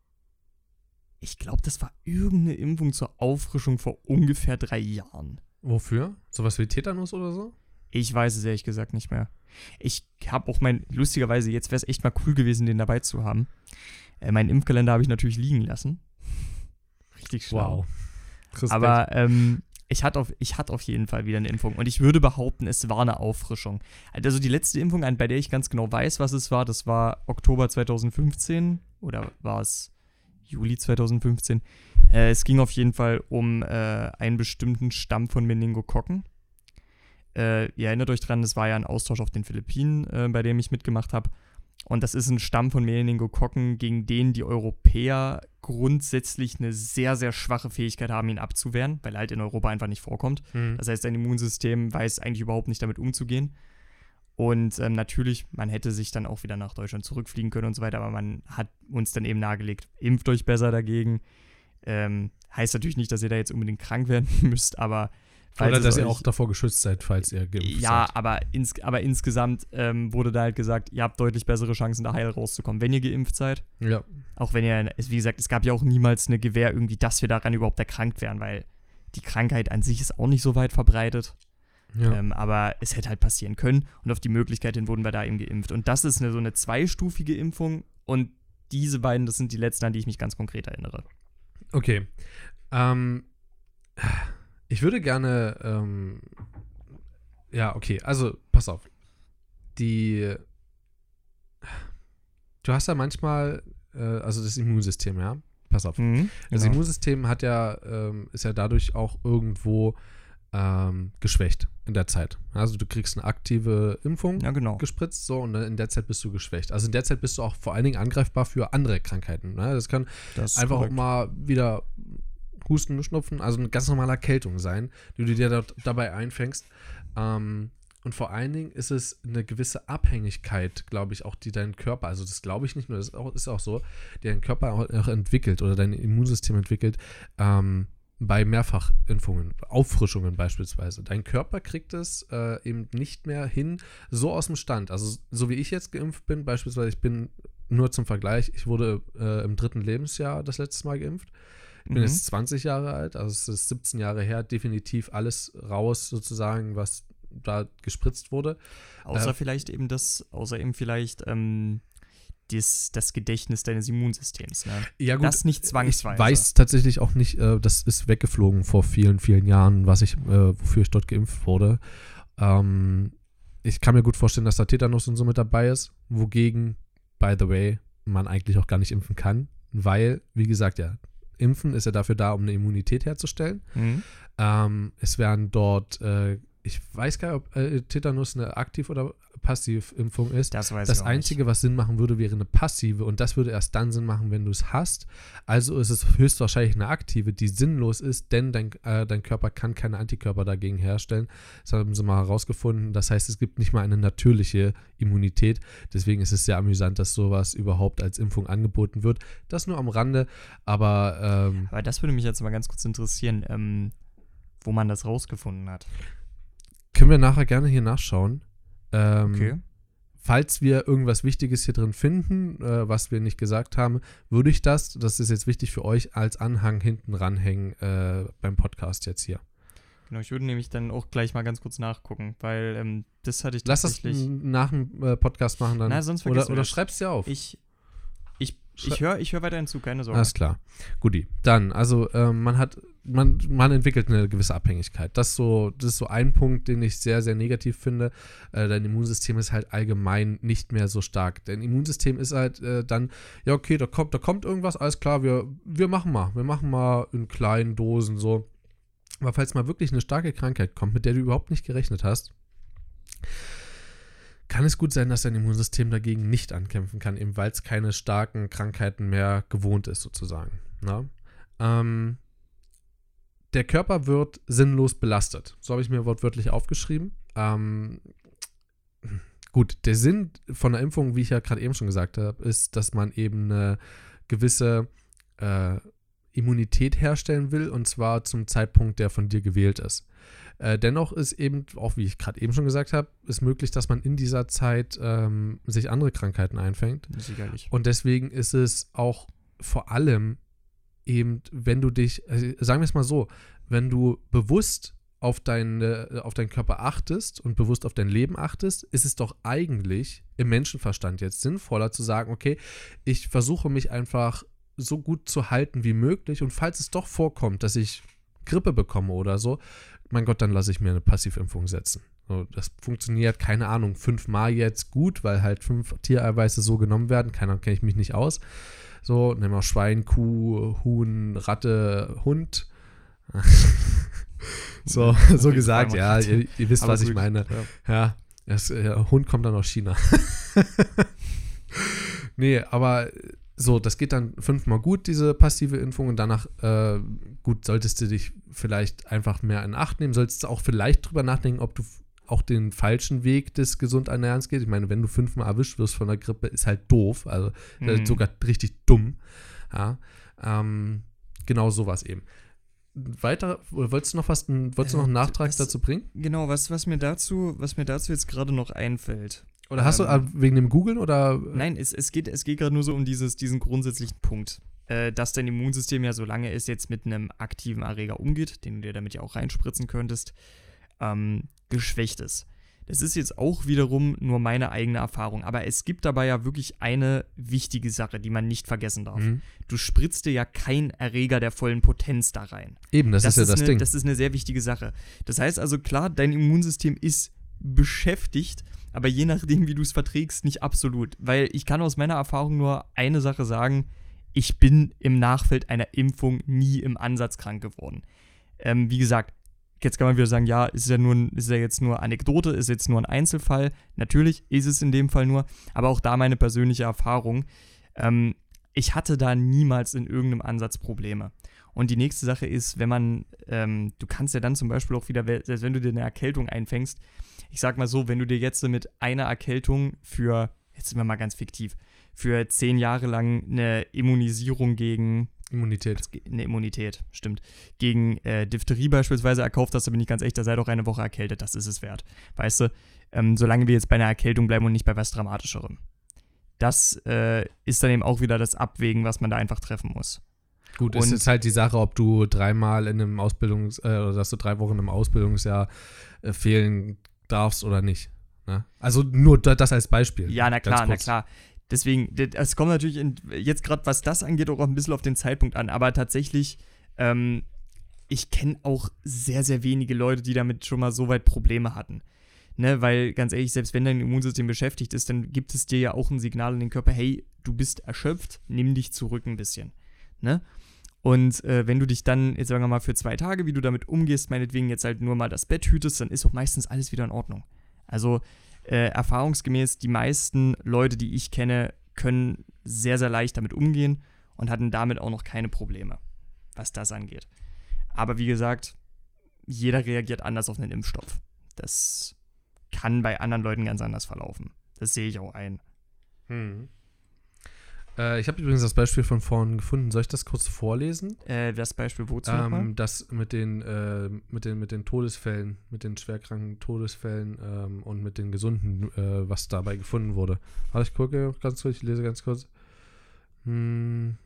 das war irgendeine Impfung zur Auffrischung vor ungefähr 3 Jahren. Wofür? Sowas wie Tetanus oder so? Ich weiß es ehrlich gesagt nicht mehr. Ich habe auch lustigerweise, jetzt wäre es echt mal cool gewesen, den dabei zu haben. Meinen Impfkalender habe ich natürlich liegen lassen. Richtig schlau. Wow. Respekt. Aber ich hatte auf jeden Fall wieder eine Impfung. Und ich würde behaupten, es war eine Auffrischung. Also die letzte Impfung, bei der ich ganz genau weiß, was es war, das war Oktober 2015 oder war es Juli 2015. Es ging auf jeden Fall um einen bestimmten Stamm von Meningokokken. Ihr erinnert euch dran, das war ja ein Austausch auf den Philippinen, bei dem ich mitgemacht habe. Und das ist ein Stamm von Meningokokken, gegen den die Europäer grundsätzlich eine sehr, sehr schwache Fähigkeit haben, ihn abzuwehren, weil er halt in Europa einfach nicht vorkommt. Das heißt, dein Immunsystem weiß eigentlich überhaupt nicht damit umzugehen. Und natürlich, man hätte sich dann auch wieder nach Deutschland zurückfliegen können und so weiter, aber man hat uns dann eben nahegelegt, impft euch besser dagegen. Heißt natürlich nicht, dass ihr da jetzt unbedingt krank werden müsst, aber oder dass ihr auch davor geschützt seid, falls ihr geimpft seid. Ja, aber insgesamt wurde da halt gesagt, ihr habt deutlich bessere Chancen, da heil rauszukommen, wenn ihr geimpft seid. Ja. Auch wenn ihr, wie gesagt, es gab ja auch niemals eine Gewähr irgendwie, dass wir daran überhaupt erkrankt wären, weil die Krankheit an sich ist auch nicht so weit verbreitet. Ja. Aber es hätte halt passieren können, und auf die Möglichkeit hin wurden wir da eben geimpft. Und das ist so eine zweistufige Impfung, und diese beiden, das sind die letzten, an die ich mich ganz konkret erinnere. Okay. Ich würde gerne, okay, also pass auf. Du hast ja manchmal, also das Immunsystem, ja, pass auf. Das Immunsystem ist ja dadurch auch irgendwo geschwächt in der Zeit. Also du kriegst eine aktive Impfung gespritzt, so, und in der Zeit bist du geschwächt. Also in der Zeit bist du auch vor allen Dingen angreifbar für andere Krankheiten. Ne? Das kann einfach auch mal wieder Husten, Schnupfen, also eine ganz normale Erkältung sein, die du dir dabei einfängst. Und vor allen Dingen ist es eine gewisse Abhängigkeit, glaube ich, auch die dein Körper, also das glaube ich nicht nur, das ist auch so, die dein Körper auch entwickelt oder dein Immunsystem entwickelt, bei Mehrfachimpfungen, Auffrischungen beispielsweise. Dein Körper kriegt es eben nicht mehr hin, so aus dem Stand. Also so wie ich jetzt geimpft bin, beispielsweise, ich bin nur zum Vergleich, ich wurde im 3. Lebensjahr das letzte Mal geimpft. Ich bin jetzt 20 Jahre alt, also es ist 17 Jahre her, definitiv alles raus sozusagen, was da gespritzt wurde. Außer eben vielleicht das Gedächtnis deines Immunsystems. Ne? Ja, gut, das nicht zwangsweise. Ich weiß tatsächlich auch nicht, das ist weggeflogen vor vielen, vielen Jahren, wofür ich dort geimpft wurde. Ich kann mir gut vorstellen, dass da Tetanus und so mit dabei ist, wogegen, by the way, man eigentlich auch gar nicht impfen kann, weil, wie gesagt, ja, Impfen ist ja dafür da, um eine Immunität herzustellen. Es werden dort ich weiß gar nicht, ob Tetanus eine Aktiv- oder Passivimpfung ist. Das weiß Das ich auch Einzige, nicht. was Sinn machen würde, wäre eine passive und das würde erst dann Sinn machen, wenn du es hast. Also ist es höchstwahrscheinlich eine aktive, die sinnlos ist, denn dein Körper kann keine Antikörper dagegen herstellen. Das haben sie mal herausgefunden. Das heißt, es gibt nicht mal eine natürliche Immunität. Deswegen ist es sehr amüsant, dass sowas überhaupt als Impfung angeboten wird. Das nur am Rande, aber Aber das würde mich jetzt mal ganz kurz interessieren, wo man das rausgefunden hat. können wir nachher gerne hier nachschauen. Okay. Falls wir irgendwas Wichtiges hier drin finden, was wir nicht gesagt haben, würde ich das ist jetzt wichtig für euch, als Anhang hinten ranhängen beim Podcast jetzt hier. Genau, ich würde nämlich dann auch gleich mal ganz kurz nachgucken, weil das hatte ich Lass das tatsächlich. nach dem Podcast machen dann. Na, sonst vergessen wir oder das. schreib's dir auf. Ich höre weiterhin zu, keine Sorge. Alles klar. Guti. Dann, also man entwickelt eine gewisse Abhängigkeit. Das ist so ein Punkt, den ich sehr, sehr negativ finde. Dein Immunsystem ist halt allgemein nicht mehr so stark. Dein Immunsystem ist halt dann, ja okay, da kommt irgendwas, alles klar, wir machen mal in kleinen Dosen so. Aber falls mal wirklich eine starke Krankheit kommt, mit der du überhaupt nicht gerechnet hast, kann es gut sein, dass dein Immunsystem dagegen nicht ankämpfen kann, eben weil es keine starken Krankheiten mehr gewohnt ist, sozusagen. Der Körper wird sinnlos belastet. So habe ich mir wortwörtlich aufgeschrieben. Gut, der Sinn von der Impfung, wie ich ja gerade eben schon gesagt habe, ist, dass man eben eine gewisse Immunität herstellen will, und zwar zum Zeitpunkt, der von dir gewählt ist. Dennoch ist eben, auch wie ich gerade eben schon gesagt habe, ist möglich, dass man in dieser Zeit sich andere Krankheiten einfängt. Sicherlich. Und deswegen ist es auch vor allem eben, wenn du dich, sagen wir es mal so, wenn du bewusst auf deinen Körper achtest und bewusst auf dein Leben achtest, ist es doch eigentlich im Menschenverstand jetzt sinnvoller zu sagen, okay, ich versuche mich einfach so gut zu halten wie möglich, und falls es doch vorkommt, dass ich Grippe bekomme oder so, mein Gott, dann lasse ich mir eine Passivimpfung setzen. So, das funktioniert, keine Ahnung, 5-mal jetzt gut, weil halt 5 Tiereiweiße so genommen werden, kenne ich mich nicht aus. So, nehmen wir Schwein, Kuh, Huhn, Ratte, Hund. so gesagt, ja, ihr wisst, Aber was ich gut, meine. ja. Ja, Hund kommt dann aus China. Nee, aber so, das geht dann 5-mal gut, diese passive Impfung, und danach, gut, solltest du dich vielleicht einfach mehr in Acht nehmen, solltest du auch vielleicht drüber nachdenken, ob du auch den falschen Weg des Gesundernährens gehst. Ich meine, wenn du 5-mal erwischt wirst von der Grippe, ist halt doof, also sogar richtig dumm. Ja, genau sowas eben. Weiter, wolltest du noch einen Nachtrag dazu bringen? Genau, was mir dazu jetzt gerade noch einfällt. Oder hast du wegen dem Googlen oder? Nein, es geht gerade nur so um diesen grundsätzlichen Punkt, dass dein Immunsystem ja, solange es jetzt mit einem aktiven Erreger umgeht, den du dir damit ja auch reinspritzen könntest, geschwächt ist. Das ist jetzt auch wiederum nur meine eigene Erfahrung, aber es gibt dabei ja wirklich eine wichtige Sache, die man nicht vergessen darf. Du spritzt dir ja keinen Erreger der vollen Potenz da rein. Eben, das ist ja das Ding. Das ist eine sehr wichtige Sache. Das heißt also, klar, dein Immunsystem ist beschäftigt, aber je nachdem, wie du es verträgst, nicht absolut. Weil ich kann aus meiner Erfahrung nur eine Sache sagen: Ich bin im Nachfeld einer Impfung nie im Ansatz krank geworden. Wie gesagt, jetzt kann man wieder sagen, ja, ist ja jetzt nur Anekdote, ist jetzt nur ein Einzelfall. Natürlich ist es in dem Fall nur, aber auch da meine persönliche Erfahrung. Ich hatte da niemals in irgendeinem Ansatz Probleme. Und die nächste Sache ist, wenn man, du kannst ja dann zum Beispiel auch wieder, selbst wenn du dir eine Erkältung einfängst, ich sag mal so, wenn du dir jetzt mit einer Erkältung jetzt sind wir mal ganz fiktiv, für 10 Jahre lang eine Immunisierung gegen Immunität, stimmt. Gegen Diphtherie beispielsweise erkauft hast, da bin ich ganz echt, da sei doch eine Woche erkältet, das ist es wert. Weißt du, solange wir jetzt bei einer Erkältung bleiben und nicht bei was Dramatischerem. Das ist dann eben auch wieder das Abwägen, was man da einfach treffen muss. Gut, es ist halt die Sache, ob du 3-mal in einem oder dass du 3 Wochen im Ausbildungsjahr fehlen darfst oder nicht. Ne? Also nur das als Beispiel. Ja, na klar. Deswegen, es kommt natürlich jetzt gerade, was das angeht, auch ein bisschen auf den Zeitpunkt an. Aber tatsächlich, ich kenne auch sehr, sehr wenige Leute, die damit schon mal so weit Probleme hatten. Ne, weil, ganz ehrlich, selbst wenn dein Immunsystem beschäftigt ist, dann gibt es dir ja auch ein Signal in den Körper: Hey, du bist erschöpft, nimm dich zurück ein bisschen. Ne? Und wenn du dich dann, jetzt sagen wir mal, für 2 Tage, wie du damit umgehst, meinetwegen jetzt halt nur mal das Bett hütest, dann ist auch meistens alles wieder in Ordnung. Also erfahrungsgemäß, die meisten Leute, die ich kenne, können sehr, sehr leicht damit umgehen und hatten damit auch noch keine Probleme, was das angeht. Aber wie gesagt, jeder reagiert anders auf einen Impfstoff. Das kann bei anderen Leuten ganz anders verlaufen. Das sehe ich auch ein. Ich habe übrigens das Beispiel von vorhin gefunden. Soll ich das kurz vorlesen? Das Beispiel wozu nochmal? Das mit den Todesfällen, mit den schwerkranken Todesfällen und mit den Gesunden, was dabei gefunden wurde. Warte, ich gucke ganz kurz, ich lese ganz kurz. Kann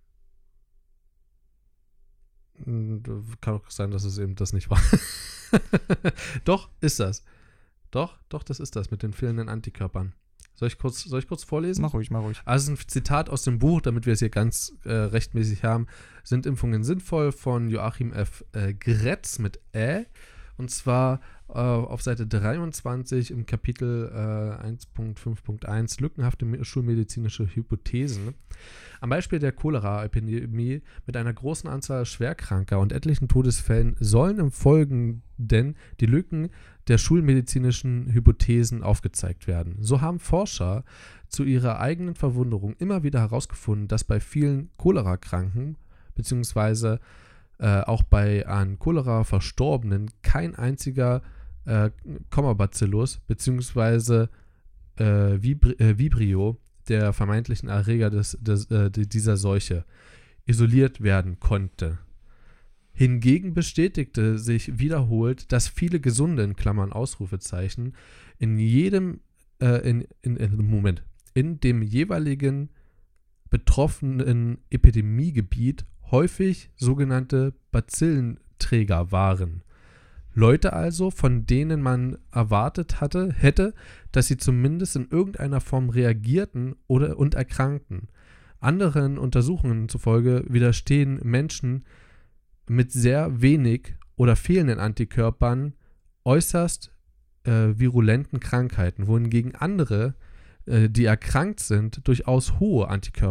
auch sein, dass es eben das nicht war. Doch, ist das. Doch, das ist das mit den fehlenden Antikörpern. Soll ich kurz vorlesen? Mach ruhig. Also ein Zitat aus dem Buch, damit wir es hier ganz rechtmäßig haben. Sind Impfungen sinnvoll? Von Joachim F. Gretz mit Und zwar auf Seite 23 im Kapitel 1.5.1 lückenhafte schulmedizinische Hypothesen. Am Beispiel der Cholera-Epidemie mit einer großen Anzahl Schwerkranker und etlichen Todesfällen sollen im Folgenden die Lücken der schulmedizinischen Hypothesen aufgezeigt werden. So haben Forscher zu ihrer eigenen Verwunderung immer wieder herausgefunden, dass bei vielen Cholera-Kranken beziehungsweise auch bei an Cholera Verstorbenen kein einziger Commobacillus bzw. Vibrio, der vermeintlichen Erreger dieser Seuche, isoliert werden konnte. Hingegen bestätigte sich wiederholt, dass viele Gesunde, in Klammern Ausrufezeichen, in dem jeweiligen betroffenen Epidemiegebiet häufig sogenannte Bazillenträger waren. Leute also, von denen man erwartet hätte, dass sie zumindest in irgendeiner Form reagierten und erkrankten. Anderen Untersuchungen zufolge widerstehen Menschen mit sehr wenig oder fehlenden Antikörpern äußerst virulenten Krankheiten, wohingegen andere, die erkrankt sind, durchaus hohe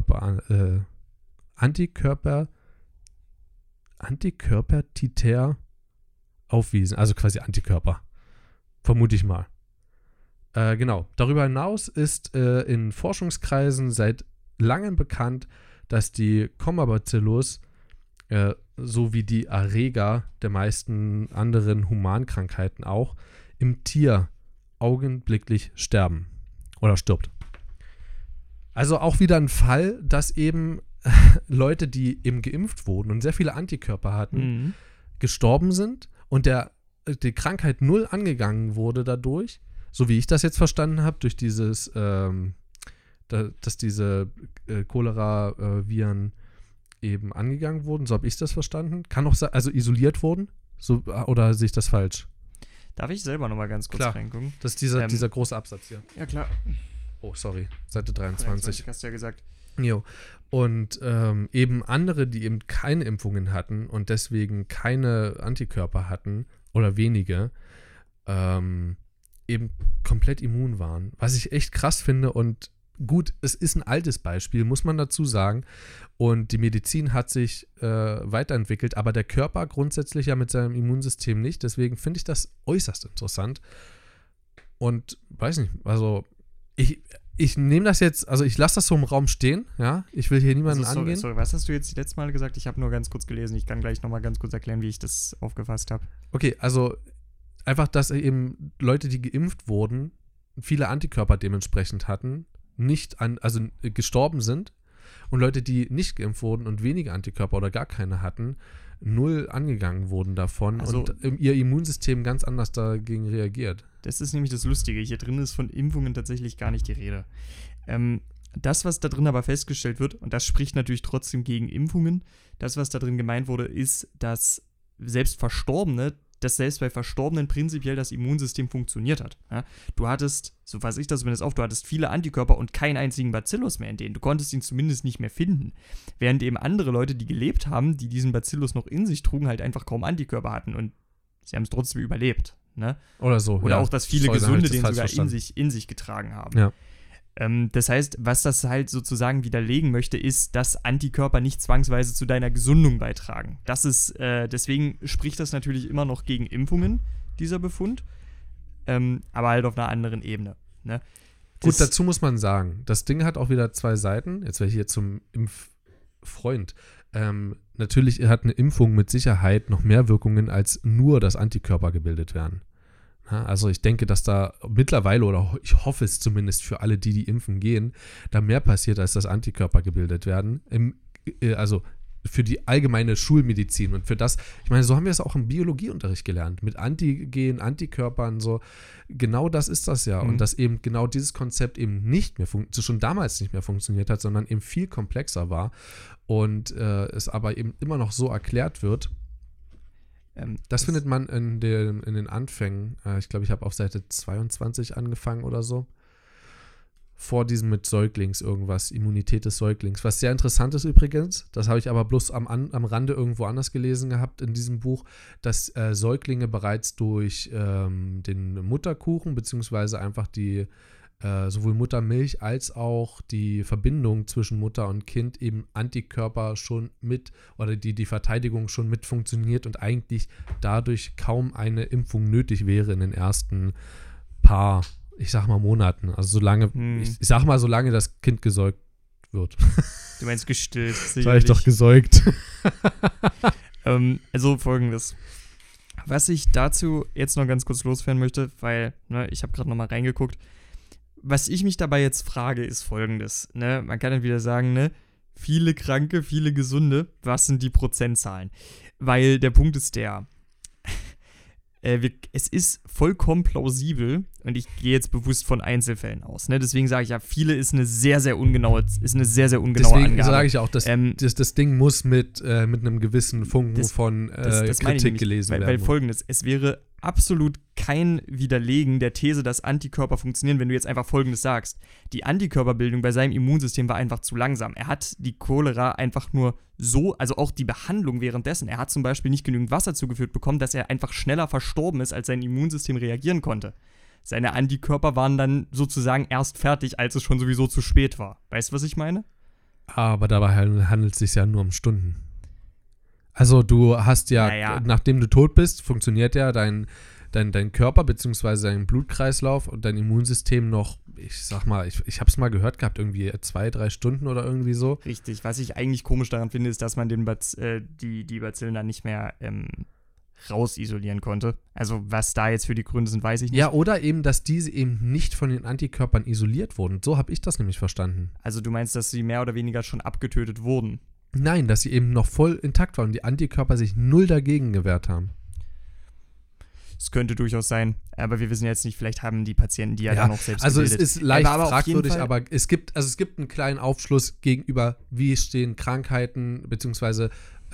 Antikörpertiter aufwiesen, also quasi Antikörper. Vermute ich mal. Genau. Darüber hinaus ist in Forschungskreisen seit langem bekannt, dass die Commobacillus sowie die Erreger der meisten anderen Humankrankheiten auch im Tier augenblicklich sterben oder stirbt. Also auch wieder ein Fall, dass eben Leute, die eben geimpft wurden und sehr viele Antikörper hatten, gestorben sind und die Krankheit null angegangen wurde dadurch, so wie ich das jetzt verstanden habe, durch dieses, dass diese Cholera-Viren eben angegangen wurden, so habe ich das verstanden. Kann auch sein, also isoliert wurden, so, oder sehe ich das falsch? Darf ich selber nochmal ganz kurz reingucken? Das ist dieser große Absatz hier. Ja, klar. Oh, sorry, Seite 23. Hast du ja gesagt. Jo. Und eben andere, die eben keine Impfungen hatten und deswegen keine Antikörper hatten oder wenige, eben komplett immun waren. Was ich echt krass finde und gut, es ist ein altes Beispiel, muss man dazu sagen. Und die Medizin hat sich weiterentwickelt, aber der Körper grundsätzlich ja mit seinem Immunsystem nicht. Deswegen finde ich das äußerst interessant. Und weiß nicht, also ich nehme das jetzt, also ich lasse das so im Raum stehen, ja. Ich will hier niemanden angehen. Sorry, was hast du jetzt letztes Mal gesagt? Ich habe nur ganz kurz gelesen. Ich kann gleich nochmal ganz kurz erklären, wie ich das aufgefasst habe. Okay, also einfach, dass eben Leute, die geimpft wurden, viele Antikörper dementsprechend hatten, also gestorben sind und Leute, die nicht geimpft wurden und wenige Antikörper oder gar keine hatten, null angegangen wurden davon und ihr Immunsystem ganz anders dagegen reagiert. Das ist nämlich das Lustige. Hier drin ist von Impfungen tatsächlich gar nicht die Rede. Das, was da drin aber festgestellt wird, und das spricht natürlich trotzdem gegen Impfungen, das, was da drin gemeint wurde, ist, dass selbst bei Verstorbenen prinzipiell das Immunsystem funktioniert hat. Ja? Du hattest, so fasse ich das zumindest auf, du hattest viele Antikörper und keinen einzigen Bacillus mehr in denen. Du konntest ihn zumindest nicht mehr finden. Während eben andere Leute, die gelebt haben, die diesen Bacillus noch in sich trugen, halt einfach kaum Antikörper hatten und sie haben es trotzdem überlebt. Ne? Oder so. Oder auch, dass viele Gesunde den sogar in sich getragen haben. Ja. Das heißt, was das halt sozusagen widerlegen möchte, ist, dass Antikörper nicht zwangsweise zu deiner Gesundung beitragen. Das ist, deswegen spricht das natürlich immer noch gegen Impfungen, dieser Befund, aber halt auf einer anderen Ebene. Ne? Gut, dazu muss man sagen, das Ding hat auch wieder zwei Seiten. Jetzt wäre ich hier zum Impffreund. Natürlich hat eine Impfung mit Sicherheit noch mehr Wirkungen, als nur, dass Antikörper gebildet werden. Ja, also ich denke, dass da mittlerweile, oder ich hoffe es zumindest für alle, die impfen gehen, da mehr passiert, als dass Antikörper gebildet werden. Also für die allgemeine Schulmedizin und für das, ich meine, so haben wir es auch im Biologieunterricht gelernt, mit Antigen, Antikörpern, so, genau das ist das ja. Und dass eben genau dieses Konzept eben nicht mehr schon damals nicht mehr funktioniert hat, sondern eben viel komplexer war und es aber eben immer noch so erklärt wird. Das findet man in den Anfängen, ich glaube, ich habe auf Seite 22 angefangen oder so, vor diesem mit Säuglings irgendwas, Immunität des Säuglings, was sehr interessant ist übrigens, das habe ich aber bloß am Rande irgendwo anders gelesen gehabt in diesem Buch, dass Säuglinge bereits durch den Mutterkuchen, beziehungsweise einfach die sowohl Muttermilch als auch die Verbindung zwischen Mutter und Kind eben Antikörper schon mit oder die Verteidigung schon mit funktioniert und eigentlich dadurch kaum eine Impfung nötig wäre in den ersten paar, ich sag mal, Monaten. Also solange, ich sag mal, solange das Kind gesäugt wird. Du meinst gestillt. War ich doch gesäugt. Also folgendes. Was ich dazu jetzt noch ganz kurz loswerden möchte, weil ich habe gerade noch mal reingeguckt. Was ich mich dabei jetzt frage, ist folgendes. Ne? Man kann dann wieder sagen, ne? Viele Kranke, viele Gesunde. Was sind die Prozentzahlen? Weil der Punkt ist der, es ist vollkommen plausibel, und ich gehe jetzt bewusst von Einzelfällen aus. Ne? Deswegen sage ich ja, viele ist eine sehr, sehr ungenaue Angabe. Deswegen sage ich auch, das Ding muss mit einem gewissen Funken von Kritik gelesen werden. Weil folgendes, es wäre absolut kein Widerlegen der These, dass Antikörper funktionieren, wenn du jetzt einfach Folgendes sagst. Die Antikörperbildung bei seinem Immunsystem war einfach zu langsam. Er hat die Cholera einfach nur so, also auch die Behandlung währenddessen. Er hat zum Beispiel nicht genügend Wasser zugeführt bekommen, dass er einfach schneller verstorben ist, als sein Immunsystem reagieren konnte. Seine Antikörper waren dann sozusagen erst fertig, als es schon sowieso zu spät war. Weißt du, was ich meine? Aber dabei handelt es sich ja nur um Stunden. Also du hast nachdem du tot bist, funktioniert ja dein Körper bzw. dein Blutkreislauf und dein Immunsystem noch, ich sag mal, ich habe es mal gehört gehabt, irgendwie 2-3 Stunden oder irgendwie so. Richtig, was ich eigentlich komisch daran finde, ist, dass man die Bazillen dann nicht mehr rausisolieren konnte. Also was da jetzt für die Gründe sind, weiß ich nicht. Ja, oder eben, dass diese eben nicht von den Antikörpern isoliert wurden. So habe ich das nämlich verstanden. Also du meinst, dass sie mehr oder weniger schon abgetötet wurden? Nein, dass sie eben noch voll intakt waren und die Antikörper sich null dagegen gewehrt haben. Es könnte durchaus sein, aber wir wissen jetzt nicht, vielleicht haben die Patienten die ja dann auch selbst also gebildet. Es ist leicht fragwürdig, aber es gibt einen kleinen Aufschluss gegenüber, wie stehen Krankheiten bzw.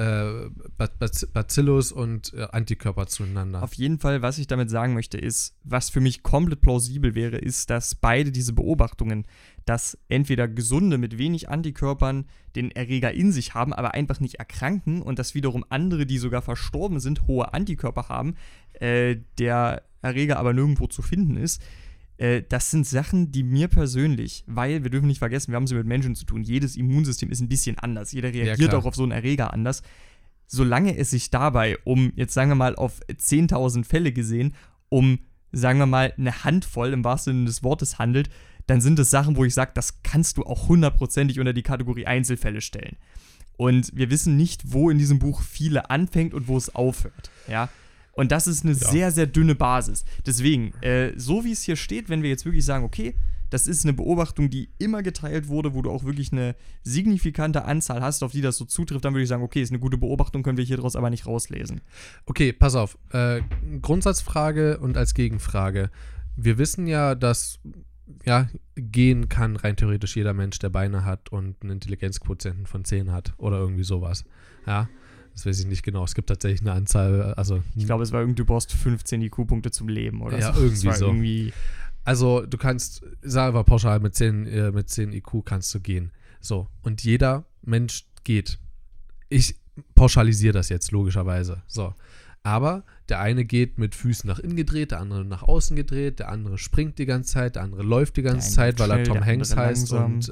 Bacillus und Antikörper zueinander. Auf jeden Fall, was ich damit sagen möchte, ist, was für mich komplett plausibel wäre, ist, dass beide diese Beobachtungen, dass entweder Gesunde mit wenig Antikörpern den Erreger in sich haben, aber einfach nicht erkranken und dass wiederum andere, die sogar verstorben sind, hohe Antikörper haben, der Erreger aber nirgendwo zu finden ist. Das sind Sachen, die mir persönlich, weil wir dürfen nicht vergessen, wir haben es mit Menschen zu tun, jedes Immunsystem ist ein bisschen anders, jeder reagiert auch auf so einen Erreger anders. Solange es sich dabei jetzt sagen wir mal auf 10.000 Fälle gesehen, sagen wir mal eine Handvoll im wahrsten Sinne des Wortes handelt, dann sind es Sachen, wo ich sage, das kannst du auch 100%ig unter die Kategorie Einzelfälle stellen. Und wir wissen nicht, wo in diesem Buch viele anfängt und wo es aufhört, ja. Und das ist eine sehr, sehr dünne Basis. Deswegen, so wie es hier steht, wenn wir jetzt wirklich sagen, okay, das ist eine Beobachtung, die immer geteilt wurde, wo du auch wirklich eine signifikante Anzahl hast, auf die das so zutrifft, dann würde ich sagen, okay, ist eine gute Beobachtung, können wir hier draus aber nicht rauslesen. Okay, pass auf. Grundsatzfrage und als Gegenfrage. Wir wissen ja, dass gehen kann rein theoretisch jeder Mensch, der Beine hat und einen Intelligenzquotienten von 10 hat oder irgendwie sowas. Ja. Das weiß ich nicht genau. Es gibt tatsächlich eine Anzahl, also... Ich glaube, es war irgendwie, du brauchst 15 IQ-Punkte zum Leben oder so. Ja, irgendwie so. Also, du kannst, sagen wir pauschal, mit 10 IQ kannst du gehen. So, und jeder Mensch geht. Ich pauschalisiere das jetzt, logischerweise. So, aber Der eine geht mit Füßen nach innen gedreht, der andere nach außen gedreht, der andere springt die ganze Zeit, der andere läuft die ganze Zeit, weil er Tom Hanks heißt und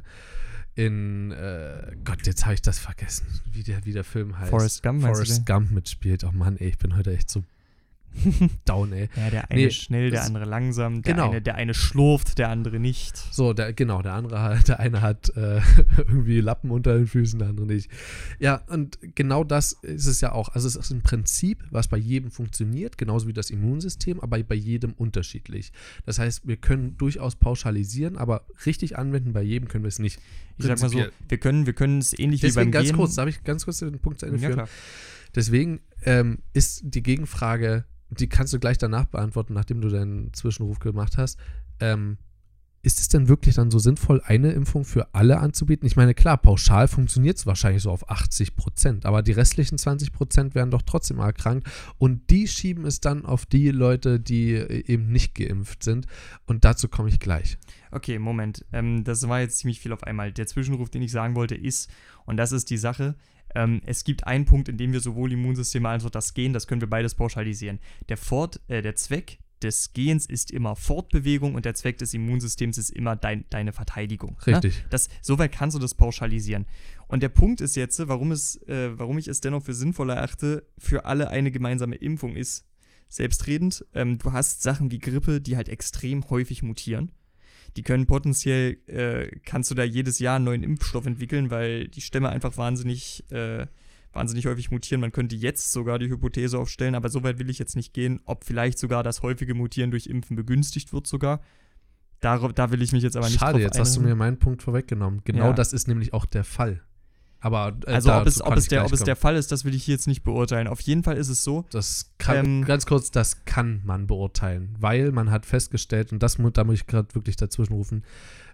Gott, jetzt habe ich das vergessen, wie der Film heißt. Forrest Gump mitspielt. Oh Mann, ey, ich bin heute echt so down, ey. Ja, der eine schnell, der andere langsam, der eine schlurft, der andere nicht. So, der eine hat irgendwie Lappen unter den Füßen, der andere nicht. Ja, und genau das ist es ja auch. Also es ist ein Prinzip, was bei jedem funktioniert, genauso wie das Immunsystem, aber bei jedem unterschiedlich. Das heißt, wir können durchaus pauschalisieren, aber richtig anwenden bei jedem können wir es nicht. Ich sag mal so, wir können es ähnlich wie beim Gehen. Darf ich ganz kurz den Punkt zu Ende führen? Ja, klar. Deswegen ist die Gegenfrage, die kannst du gleich danach beantworten, nachdem du deinen Zwischenruf gemacht hast. Ist es denn wirklich dann so sinnvoll, eine Impfung für alle anzubieten? Ich meine, klar, pauschal funktioniert es wahrscheinlich so auf 80%, aber die restlichen 20% werden doch trotzdem erkrankt und die schieben es dann auf die Leute, die eben nicht geimpft sind und dazu komme ich gleich. Okay, Moment. Das war jetzt ziemlich viel auf einmal. Der Zwischenruf, den ich sagen wollte, ist, und das ist die Sache, es gibt einen Punkt, in dem wir sowohl Immunsysteme als auch das Gehen, das können wir beides pauschalisieren. Der Zweck des Gehens ist immer Fortbewegung und der Zweck des Immunsystems ist immer deine Verteidigung. Richtig. Ne? Soweit kannst du das pauschalisieren. Und der Punkt ist jetzt, warum ich es dennoch für sinnvoll erachte, für alle eine gemeinsame Impfung ist, selbstredend, du hast Sachen wie Grippe, die halt extrem häufig mutieren. Die können potenziell, kannst du da jedes Jahr einen neuen Impfstoff entwickeln, weil die Stämme einfach wahnsinnig häufig mutieren. Man könnte jetzt sogar die Hypothese aufstellen, aber so weit will ich jetzt nicht gehen, ob vielleicht sogar das häufige Mutieren durch Impfen begünstigt wird sogar. Da will ich mich jetzt aber nicht drauf Schade, jetzt hast du mir meinen Punkt vorweggenommen. Genau das ist nämlich auch der Fall. Aber also ob es der Fall ist, das will ich hier jetzt nicht beurteilen. Auf jeden Fall ist es so. Das kann, ganz kurz, das kann man beurteilen, weil man hat festgestellt, und da muss ich gerade wirklich dazwischen rufen,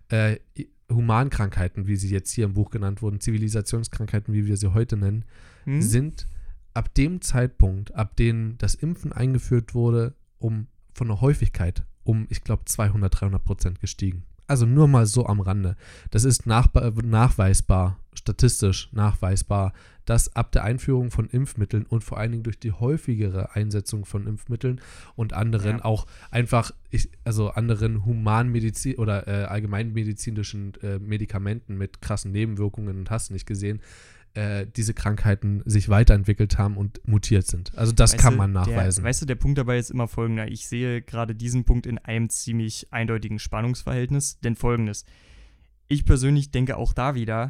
Humankrankheiten, wie sie jetzt hier im Buch genannt wurden, Zivilisationskrankheiten, wie wir sie heute nennen, sind ab dem Zeitpunkt, ab dem das Impfen eingeführt wurde, von der Häufigkeit ich glaube, 200-300% gestiegen. Also nur mal so am Rande. Das ist nachweisbar, statistisch nachweisbar, dass ab der Einführung von Impfmitteln und vor allen Dingen durch die häufigere Einsetzung von Impfmitteln und anderen auch einfach, anderen Humanmedizin oder allgemeinmedizinischen Medikamenten mit krassen Nebenwirkungen und hast nicht gesehen, diese Krankheiten sich weiterentwickelt haben und mutiert sind. Also das kann man nachweisen. Der Punkt dabei ist immer folgender. Ich sehe gerade diesen Punkt in einem ziemlich eindeutigen Spannungsverhältnis, denn folgendes. Ich persönlich denke auch da wieder,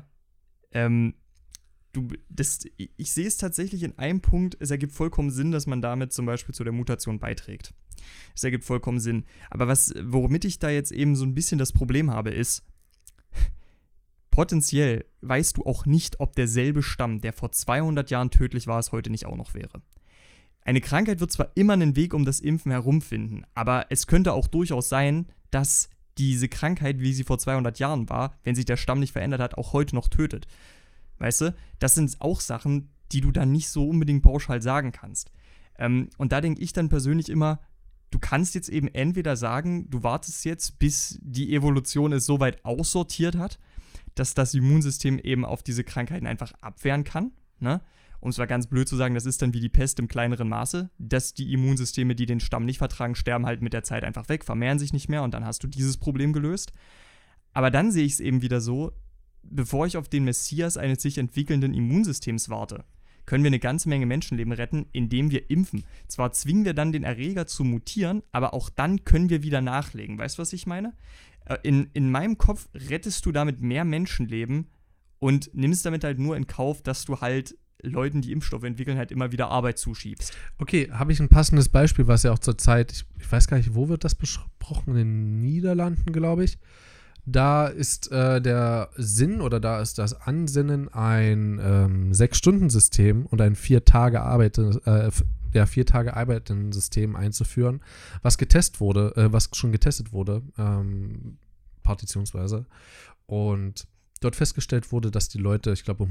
ich sehe es tatsächlich in einem Punkt, es ergibt vollkommen Sinn, dass man damit zum Beispiel zu der Mutation beiträgt. Es ergibt vollkommen Sinn. Aber womit ich da jetzt eben so ein bisschen das Problem habe, ist, potenziell weißt du auch nicht, ob derselbe Stamm, der vor 200 Jahren tödlich war, es heute nicht auch noch wäre. Eine Krankheit wird zwar immer einen Weg um das Impfen herumfinden, aber es könnte auch durchaus sein, dass diese Krankheit, wie sie vor 200 Jahren war, wenn sich der Stamm nicht verändert hat, auch heute noch tötet. Weißt du? Das sind auch Sachen, die du dann nicht so unbedingt pauschal sagen kannst. Und da denke ich dann persönlich immer, du kannst jetzt eben entweder sagen, du wartest jetzt, bis die Evolution es so weit aussortiert hat, dass das Immunsystem eben auf diese Krankheiten einfach abwehren kann, ne? Um es mal ganz blöd zu sagen, das ist dann wie die Pest im kleineren Maße, dass die Immunsysteme, die den Stamm nicht vertragen, sterben halt mit der Zeit einfach weg, vermehren sich nicht mehr und dann hast du dieses Problem gelöst. Aber dann sehe ich es eben wieder so, bevor ich auf den Messias eines sich entwickelnden Immunsystems warte, können wir eine ganze Menge Menschenleben retten, indem wir impfen. Zwar zwingen wir dann den Erreger zu mutieren, aber auch dann können wir wieder nachlegen. Weißt du, was ich meine? In meinem Kopf rettest du damit mehr Menschenleben und nimmst damit halt nur in Kauf, dass du halt Leuten, die Impfstoffe entwickeln, halt immer wieder Arbeit zuschiebst. Okay, habe ich ein passendes Beispiel, was ja auch zurzeit, ich weiß gar nicht, wo wird das besprochen? In den Niederlanden, glaube ich. Da ist der Sinn oder da ist das Ansinnen, ein 6-Stunden-System und ein 4 Tage arbeitenden System einzuführen, was schon getestet wurde, partitionsweise. Und dort festgestellt wurde, dass die Leute, ich glaube, um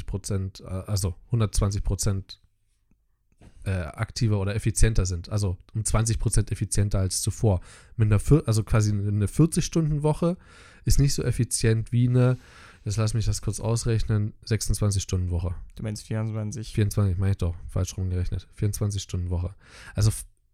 120% aktiver oder effizienter sind. Also um 20% effizienter als zuvor. Quasi eine 40-Stunden-Woche ist nicht so effizient wie eine Jetzt lass mich das kurz ausrechnen. 26-Stunden-Woche. Du meinst 24? 24, meine ich doch. Falsch rumgerechnet. 24-Stunden-Woche. Also,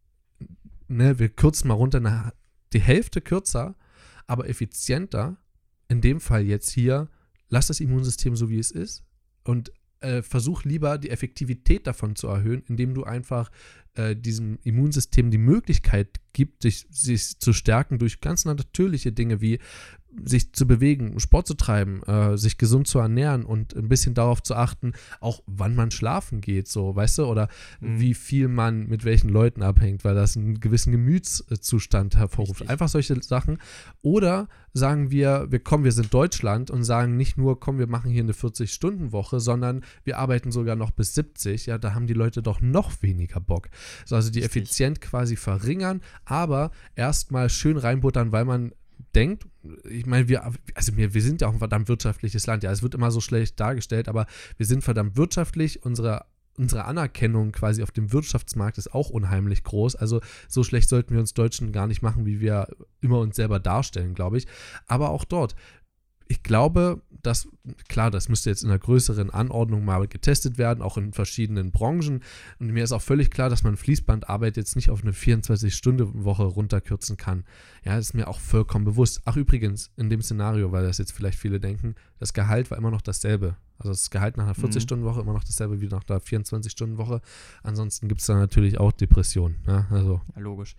wir kürzen mal runter, die Hälfte kürzer, aber effizienter. In dem Fall jetzt hier, lass das Immunsystem so, wie es ist und versuch lieber die Effektivität davon zu erhöhen, indem du einfach diesem Immunsystem die Möglichkeit gibt, sich zu stärken durch ganz natürliche Dinge wie sich zu bewegen, Sport zu treiben, sich gesund zu ernähren und ein bisschen darauf zu achten, auch wann man schlafen geht, so, weißt du, oder wie viel man mit welchen Leuten abhängt, weil das einen gewissen Gemütszustand hervorruft. Richtig. Einfach solche Sachen. Oder sagen wir sind Deutschland und sagen nicht nur, komm, wir machen hier eine 40-Stunden-Woche, sondern wir arbeiten sogar noch bis 70, ja, da haben die Leute doch noch weniger Bock. So, also die Richtig. Effizienz quasi verringern, aber erstmal schön reinbuttern, weil man denkt, ich meine, wir sind ja auch ein verdammt wirtschaftliches Land, ja, es wird immer so schlecht dargestellt, aber wir sind verdammt wirtschaftlich, unsere Anerkennung quasi auf dem Wirtschaftsmarkt ist auch unheimlich groß, also so schlecht sollten wir uns Deutschen gar nicht machen, wie wir immer uns selber darstellen, glaube ich, aber auch dort, ich glaube, das müsste jetzt in einer größeren Anordnung mal getestet werden, auch in verschiedenen Branchen. Und mir ist auch völlig klar, dass man Fließbandarbeit jetzt nicht auf eine 24-Stunden-Woche runterkürzen kann. Ja, das ist mir auch vollkommen bewusst. Ach, übrigens, in dem Szenario, weil das jetzt vielleicht viele denken, das Gehalt war immer noch dasselbe. Also das Gehalt nach einer 40-Stunden-Woche immer noch dasselbe wie nach der 24-Stunden-Woche. Ansonsten gibt es da natürlich auch Depressionen. Ja, also. Ja, logisch.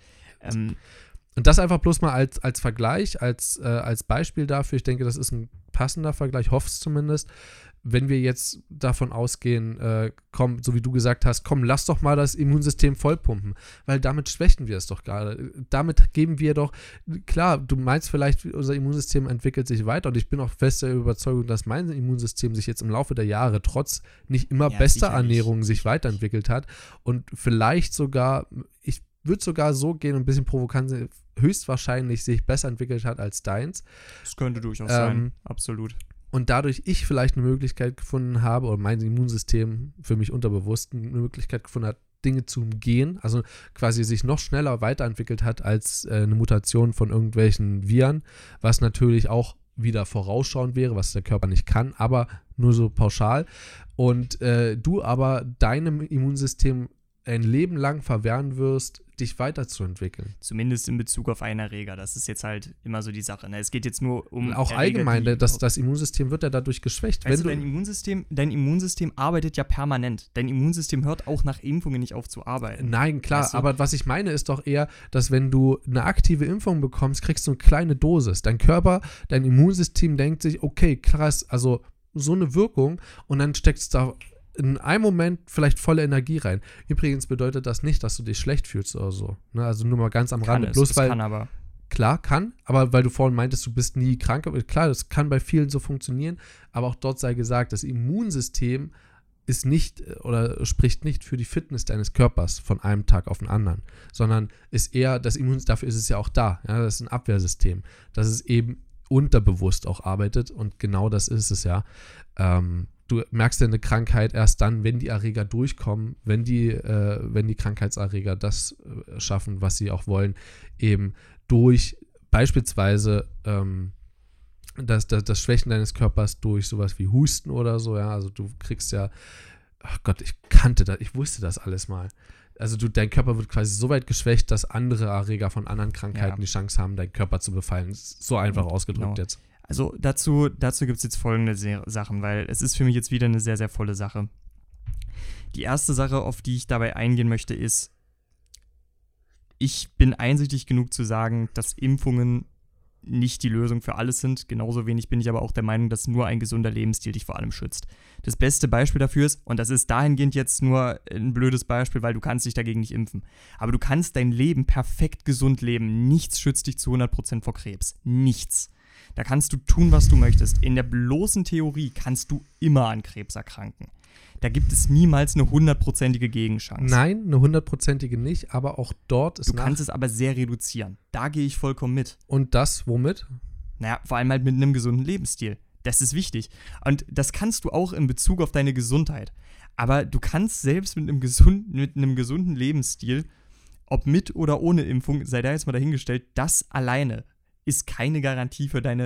Und das einfach bloß mal als Vergleich, als Beispiel dafür. Ich denke, das ist ein passender Vergleich, hoffe es zumindest. Wenn wir jetzt davon ausgehen, komm, so wie du gesagt hast, komm, lass doch mal das Immunsystem vollpumpen, weil damit schwächen wir es doch gerade. Damit geben wir doch, klar, du meinst vielleicht, unser Immunsystem entwickelt sich weiter und ich bin auch fest der Überzeugung, dass mein Immunsystem sich jetzt im Laufe der Jahre trotz nicht immer bester Ernährung sich weiterentwickelt hat und vielleicht sogar, ich würde sogar so gehen und ein bisschen provokant, höchstwahrscheinlich sich besser entwickelt hat als deins. Das könnte durchaus sein, absolut. Und dadurch ich vielleicht eine Möglichkeit gefunden habe, oder mein Immunsystem für mich unterbewusst eine Möglichkeit gefunden hat, Dinge zu umgehen, also quasi sich noch schneller weiterentwickelt hat als eine Mutation von irgendwelchen Viren, was natürlich auch wieder vorausschauend wäre, was der Körper nicht kann, aber nur so pauschal. Und du aber deinem Immunsystem ein Leben lang verwehren wirst, dich weiterzuentwickeln. Zumindest in Bezug auf einen Erreger. Das ist jetzt halt immer so die Sache. Ne? Es geht jetzt nur um auch Erreger, allgemein, das Immunsystem wird ja dadurch geschwächt. Weißt du, dein Immunsystem arbeitet ja permanent. Dein Immunsystem hört auch nach Impfungen nicht auf zu arbeiten. Nein, klar, weißt du? Aber was ich meine ist doch eher, dass wenn du eine aktive Impfung bekommst, kriegst du eine kleine Dosis. Dein Körper, dein Immunsystem denkt sich, okay, krass, also so eine Wirkung und dann steckt es da in einem Moment vielleicht volle Energie rein. Übrigens bedeutet das nicht, dass du dich schlecht fühlst oder so. Ne? Also nur mal ganz am Rande. Klar, kann, aber weil du vorhin meintest, du bist nie krank. Klar, das kann bei vielen so funktionieren, aber auch dort sei gesagt, das Immunsystem ist nicht oder spricht nicht für die Fitness deines Körpers von einem Tag auf den anderen, sondern ist eher, das Immunsystem, dafür ist es ja auch da. Ja? Das ist ein Abwehrsystem, dass es eben unterbewusst auch arbeitet und genau das ist es ja. Du merkst ja eine Krankheit erst dann, wenn die Erreger durchkommen, wenn die Krankheitserreger das schaffen, was sie auch wollen, eben durch beispielsweise das Schwächen deines Körpers durch sowas wie Husten oder so, ja, also du kriegst ja, ach Gott, ich wusste das alles mal. Also dein Körper wird quasi so weit geschwächt, dass andere Erreger von anderen Krankheiten die Chance haben, deinen Körper zu befallen. So einfach ausgedrückt jetzt. Also dazu gibt es jetzt folgende Sachen, weil es ist für mich jetzt wieder eine sehr, sehr volle Sache. Die erste Sache, auf die ich dabei eingehen möchte, ist, ich bin einsichtig genug zu sagen, dass Impfungen nicht die Lösung für alles sind. Genauso wenig bin ich aber auch der Meinung, dass nur ein gesunder Lebensstil dich vor allem schützt. Das beste Beispiel dafür ist, und das ist dahingehend jetzt nur ein blödes Beispiel, weil du kannst dich dagegen nicht impfen, aber du kannst dein Leben perfekt gesund leben. Nichts schützt dich zu 100% vor Krebs. Nichts. Da kannst du tun, was du möchtest. In der bloßen Theorie kannst du immer an Krebs erkranken. Da gibt es niemals eine 100%ige Gegenchance. Nein, eine 100%ige nicht, aber auch dort ist Du kannst es aber sehr reduzieren. Da gehe ich vollkommen mit. Und das womit? Naja, vor allem halt mit einem gesunden Lebensstil. Das ist wichtig. Und das kannst du auch in Bezug auf deine Gesundheit. Aber du kannst selbst mit einem gesunden Lebensstil, ob mit oder ohne Impfung, sei da jetzt mal dahingestellt, das alleine ist keine Garantie für deine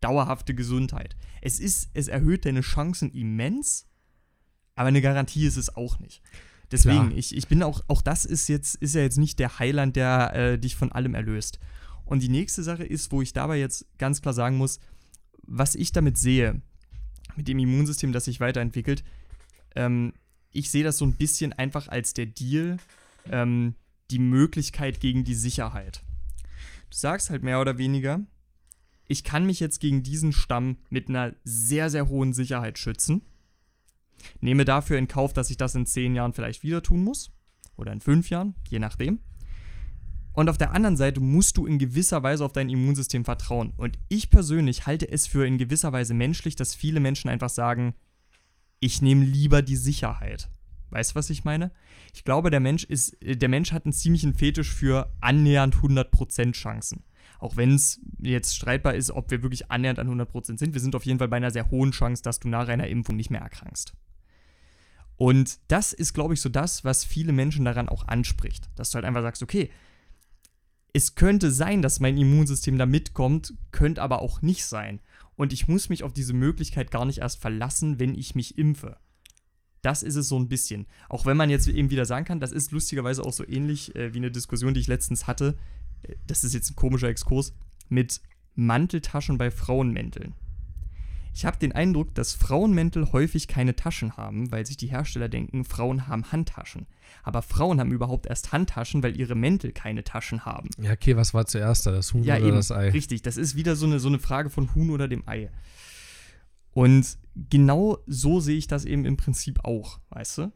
dauerhafte Gesundheit. Es erhöht deine Chancen immens, aber eine Garantie ist es auch nicht. Deswegen, ich bin auch das ist ja jetzt nicht der Heiland, der dich von allem erlöst. Und die nächste Sache ist, wo ich dabei jetzt ganz klar sagen muss, was ich damit sehe, mit dem Immunsystem, das sich weiterentwickelt, ich sehe das so ein bisschen einfach als der Deal, die Möglichkeit gegen die Sicherheit. Du sagst halt mehr oder weniger, ich kann mich jetzt gegen diesen Stamm mit einer sehr, sehr hohen Sicherheit schützen, nehme dafür in Kauf, dass ich das in 10 Jahren vielleicht wieder tun muss oder in 5 Jahren, je nachdem. Und auf der anderen Seite musst du in gewisser Weise auf dein Immunsystem vertrauen. Und ich persönlich halte es für in gewisser Weise menschlich, dass viele Menschen einfach sagen, ich nehme lieber die Sicherheit. Weißt du, was ich meine? Ich glaube, der Mensch hat einen ziemlichen Fetisch für annähernd 100% Chancen. Auch wenn es jetzt streitbar ist, ob wir wirklich annähernd an 100% sind. Wir sind auf jeden Fall bei einer sehr hohen Chance, dass du nach einer Impfung nicht mehr erkrankst. Und das ist, glaube ich, so das, was viele Menschen daran auch anspricht. Dass du halt einfach sagst, okay, es könnte sein, dass mein Immunsystem da mitkommt, könnte aber auch nicht sein. Und ich muss mich auf diese Möglichkeit gar nicht erst verlassen, wenn ich mich impfe. Das ist es so ein bisschen. Auch wenn man jetzt eben wieder sagen kann, das ist lustigerweise auch so ähnlich wie eine Diskussion, die ich letztens hatte, das ist jetzt ein komischer Exkurs, mit Manteltaschen bei Frauenmänteln. Ich habe den Eindruck, dass Frauenmäntel häufig keine Taschen haben, weil sich die Hersteller denken, Frauen haben Handtaschen. Aber Frauen haben überhaupt erst Handtaschen, weil ihre Mäntel keine Taschen haben. Ja, okay, was war zuerst da, das Huhn oder eben, das Ei? Richtig, das ist wieder so eine Frage von Huhn oder dem Ei. Und genau so sehe ich das eben im Prinzip auch, weißt du?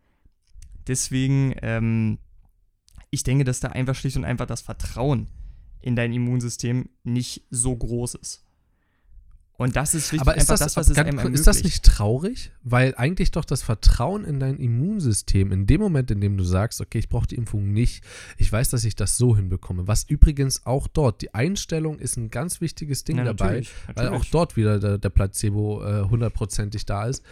Deswegen, ich denke, dass da einfach schlicht und einfach das Vertrauen in dein Immunsystem nicht so groß ist. Und das ist schlicht und einfach das, was es einem ermöglicht. Ist das nicht traurig? Weil eigentlich doch das Vertrauen in dein Immunsystem, in dem Moment, in dem du sagst, okay, ich brauche die Impfung nicht, ich weiß, dass ich das so hinbekomme. Was übrigens auch dort, die Einstellung ist ein ganz wichtiges Ding dabei, natürlich. Weil auch dort wieder der Placebo 100%ig da ist.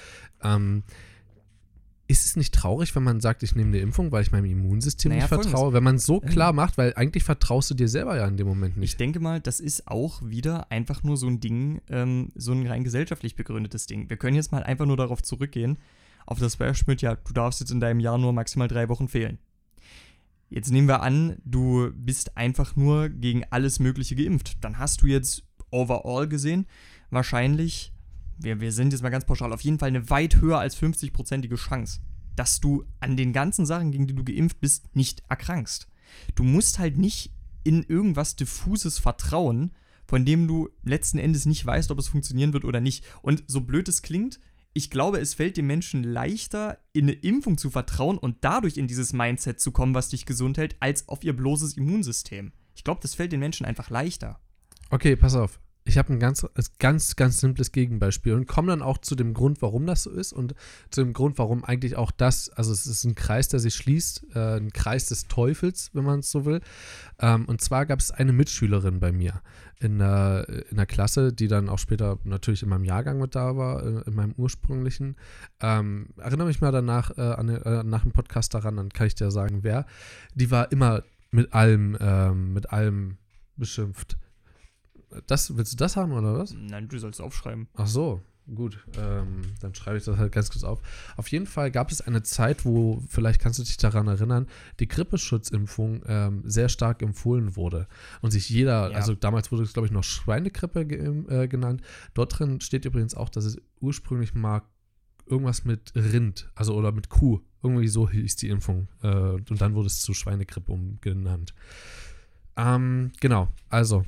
Ist es nicht traurig, wenn man sagt, ich nehme eine Impfung, weil ich meinem Immunsystem nicht vertraue? Wenn man es so klar macht, weil eigentlich vertraust du dir selber ja in dem Moment nicht. Ich denke mal, das ist auch wieder einfach nur so ein Ding, so ein rein gesellschaftlich begründetes Ding. Wir können jetzt mal einfach nur darauf zurückgehen, auf das Beispiel mit, ja, du darfst jetzt in deinem Jahr nur maximal 3 Wochen fehlen. Jetzt nehmen wir an, du bist einfach nur gegen alles Mögliche geimpft. Dann hast du jetzt overall gesehen wahrscheinlich, wir sind jetzt mal ganz pauschal, auf jeden Fall eine weit höher als 50%ige Chance, dass du an den ganzen Sachen, gegen die du geimpft bist, nicht erkrankst. Du musst halt nicht in irgendwas Diffuses vertrauen, von dem du letzten Endes nicht weißt, ob es funktionieren wird oder nicht. Und so blöd es klingt, ich glaube, es fällt den Menschen leichter, in eine Impfung zu vertrauen und dadurch in dieses Mindset zu kommen, was dich gesund hält, als auf ihr bloßes Immunsystem. Ich glaube, das fällt den Menschen einfach leichter. Okay, pass auf. Ich habe ein ganz simples Gegenbeispiel und komme dann auch zu dem Grund, warum das so ist und zu dem Grund, warum eigentlich auch das, also es ist ein Kreis, der sich schließt, ein Kreis des Teufels, wenn man es so will. Und zwar gab es eine Mitschülerin bei mir in der Klasse, die dann auch später natürlich in meinem Jahrgang mit da war, in meinem ursprünglichen. Erinnere mich mal danach nach dem Podcast daran, dann kann ich dir sagen, wer. Die war immer mit allem beschimpft. Willst du das haben, oder was? Nein, du sollst aufschreiben. Ach so, gut. Dann schreibe ich das halt ganz kurz auf. Auf jeden Fall gab es eine Zeit, wo, vielleicht kannst du dich daran erinnern, die Grippeschutzimpfung sehr stark empfohlen wurde. Und sich jeder, also damals wurde es, glaube ich, noch Schweinegrippe genannt. Dort drin steht übrigens auch, dass es ursprünglich mal irgendwas mit Rind, also oder mit Kuh. Irgendwie so hieß die Impfung. Und dann wurde es zu Schweinegrippe umgenannt. Genau, also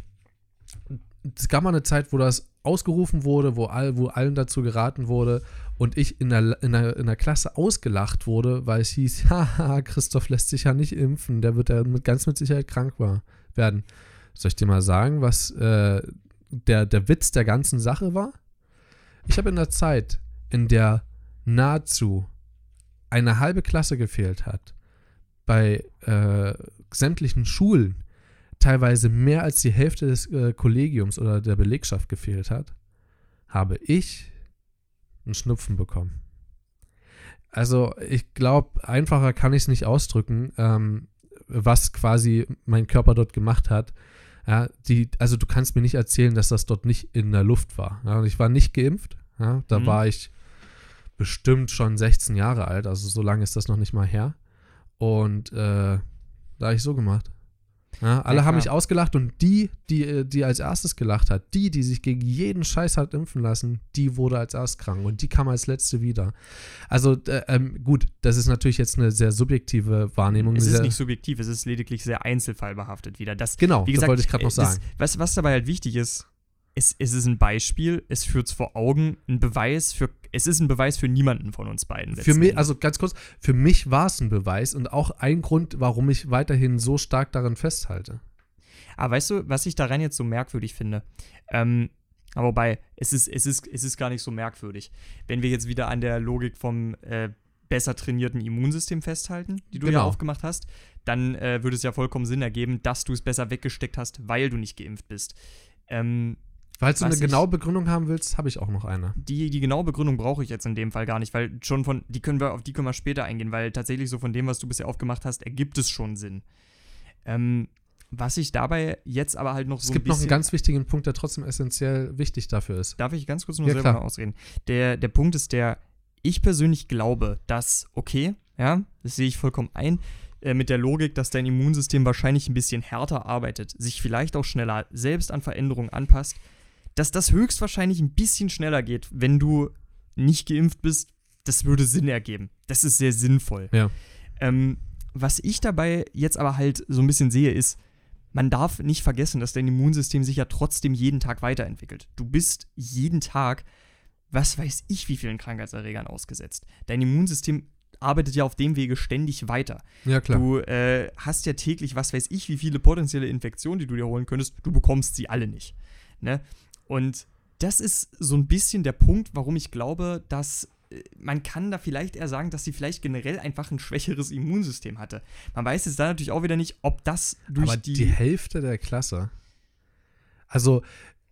es gab mal eine Zeit, wo das ausgerufen wurde, wo allen dazu geraten wurde und ich in der Klasse ausgelacht wurde, weil es hieß, haha, Christoph lässt sich ja nicht impfen, der wird ja ganz mit Sicherheit krank werden. Soll ich dir mal sagen, was der Witz der ganzen Sache war? Ich habe in der Zeit, in der nahezu eine halbe Klasse gefehlt hat, bei sämtlichen Schulen, teilweise mehr als die Hälfte des Kollegiums oder der Belegschaft gefehlt hat, habe ich einen Schnupfen bekommen. Also ich glaube, einfacher kann ich es nicht ausdrücken, was quasi mein Körper dort gemacht hat. Ja, also du kannst mir nicht erzählen, dass das dort nicht in der Luft war. Ja, ich war nicht geimpft. Ja, da war ich bestimmt schon 16 Jahre alt, also so lange ist das noch nicht mal her. Und da habe ich so gemacht. Ja, alle haben mich ausgelacht und die als erstes gelacht hat, die sich gegen jeden Scheiß hat impfen lassen, die wurde als erst krank und die kam als letzte wieder. Also gut, das ist natürlich jetzt eine sehr subjektive Wahrnehmung. Es ist nicht subjektiv, es ist lediglich sehr einzelfallbehaftet wieder. Genau, wie gesagt, das wollte ich gerade noch sagen. Was dabei halt wichtig ist, es ist ein Beispiel, es führt es vor Augen, es ist ein Beweis für niemanden von uns beiden. Für mich, also ganz kurz, für mich war es ein Beweis und auch ein Grund, warum ich weiterhin so stark daran festhalte. Aber weißt du, was ich daran jetzt so merkwürdig finde? Aber wobei, es ist gar nicht so merkwürdig. Wenn wir jetzt wieder an der Logik vom besser trainierten Immunsystem festhalten, die du ja aufgemacht hast, dann würde es ja vollkommen Sinn ergeben, dass du es besser weggesteckt hast, weil du nicht geimpft bist. Falls du eine genaue Begründung haben willst, habe ich auch noch eine. Die genaue Begründung brauche ich jetzt in dem Fall gar nicht, weil schon auf die können wir später eingehen, weil tatsächlich so von dem, was du bisher aufgemacht hast, ergibt es schon Sinn. Was ich dabei jetzt aber halt noch so ein bisschen... Es gibt noch einen ganz wichtigen Punkt, der trotzdem essentiell wichtig dafür ist. Darf ich ganz kurz nur selber noch ausreden? Der Punkt ist ich persönlich glaube, dass, das sehe ich vollkommen ein, mit der Logik, dass dein Immunsystem wahrscheinlich ein bisschen härter arbeitet, sich vielleicht auch schneller selbst an Veränderungen anpasst, dass das höchstwahrscheinlich ein bisschen schneller geht, wenn du nicht geimpft bist. Das würde Sinn ergeben. Das ist sehr sinnvoll. Ja. Was ich dabei jetzt aber halt so ein bisschen sehe, ist, man darf nicht vergessen, dass dein Immunsystem sich ja trotzdem jeden Tag weiterentwickelt. Du bist jeden Tag, was weiß ich, wie vielen Krankheitserregern ausgesetzt. Dein Immunsystem arbeitet ja auf dem Wege ständig weiter. Ja, klar. Du hast ja täglich, was weiß ich, wie viele potenzielle Infektionen, die du dir holen könntest. Du bekommst sie alle nicht. Ne? Und das ist so ein bisschen der Punkt, warum ich glaube, dass man kann da vielleicht eher sagen, dass sie vielleicht generell einfach ein schwächeres Immunsystem hatte. Man weiß jetzt da natürlich auch wieder nicht, ob das durch Aber die Hälfte der Klasse. Also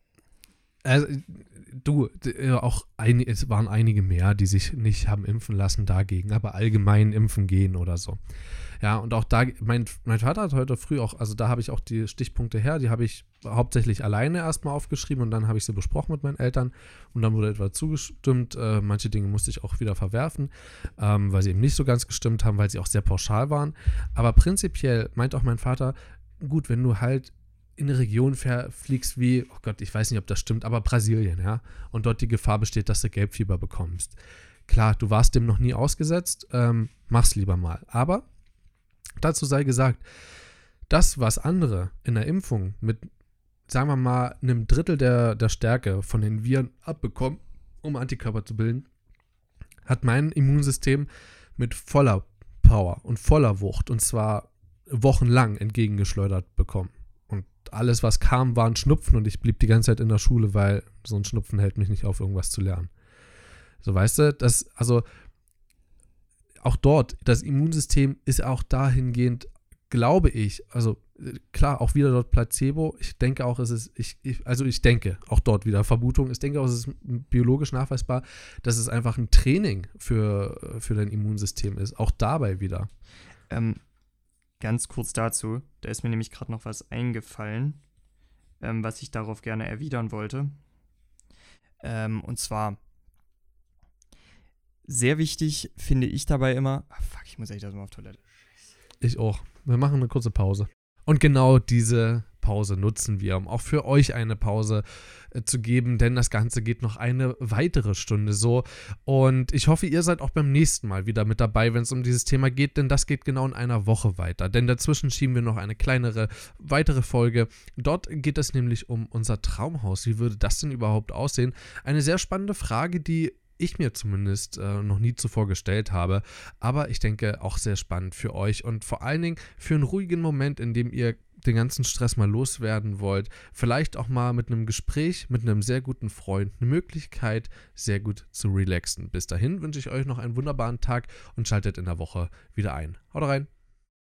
es waren einige mehr, die sich nicht haben impfen lassen dagegen, aber allgemein impfen gehen oder so. Ja, und auch da, mein Vater hat heute früh auch, also da habe ich auch die Stichpunkte her, die habe ich hauptsächlich alleine erstmal aufgeschrieben und dann habe ich sie besprochen mit meinen Eltern und dann wurde etwa zugestimmt. Manche Dinge musste ich auch wieder verwerfen, weil sie eben nicht so ganz gestimmt haben, weil sie auch sehr pauschal waren. Aber prinzipiell meint auch mein Vater, gut, wenn du halt in eine Region fliegst wie, oh Gott, ich weiß nicht, ob das stimmt, aber Brasilien, ja, und dort die Gefahr besteht, dass du Gelbfieber bekommst. Klar, du warst dem noch nie ausgesetzt, mach's lieber mal. Aber dazu sei gesagt, das, was andere in der Impfung mit, sagen wir mal, einem Drittel der Stärke von den Viren abbekommen, um Antikörper zu bilden, hat mein Immunsystem mit voller Power und voller Wucht, und zwar wochenlang entgegengeschleudert bekommen. Und alles, was kam, war ein Schnupfen und ich blieb die ganze Zeit in der Schule, weil so ein Schnupfen hält mich nicht auf, irgendwas zu lernen. So, weißt du, also auch dort, das Immunsystem ist auch dahingehend, glaube ich, also klar, auch wieder dort Placebo. Ich denke auch, ich denke auch dort wieder Vermutung. Ich denke auch, es ist biologisch nachweisbar, dass es einfach ein Training für dein Immunsystem ist. Auch dabei wieder. Ganz kurz dazu, da ist mir nämlich gerade noch was eingefallen, was ich darauf gerne erwidern wollte. Und zwar, sehr wichtig finde ich dabei immer, ich muss echt erstmal auf Toilette. Ich auch. Wir machen eine kurze Pause. Und genau diese Pause nutzen wir, um auch für euch eine Pause zu geben, denn das Ganze geht noch eine weitere Stunde so. Und ich hoffe, ihr seid auch beim nächsten Mal wieder mit dabei, wenn es um dieses Thema geht, denn das geht genau in einer Woche weiter. Denn dazwischen schieben wir noch eine kleinere, weitere Folge. Dort geht es nämlich um unser Traumhaus. Wie würde das denn überhaupt aussehen? Eine sehr spannende Frage, die ich mir zumindest noch nie zuvor gestellt habe, aber ich denke auch sehr spannend für euch und vor allen Dingen für einen ruhigen Moment, in dem ihr den ganzen Stress mal loswerden wollt, vielleicht auch mal mit einem Gespräch mit einem sehr guten Freund eine Möglichkeit, sehr gut zu relaxen. Bis dahin wünsche ich euch noch einen wunderbaren Tag und schaltet in der Woche wieder ein. Haut rein!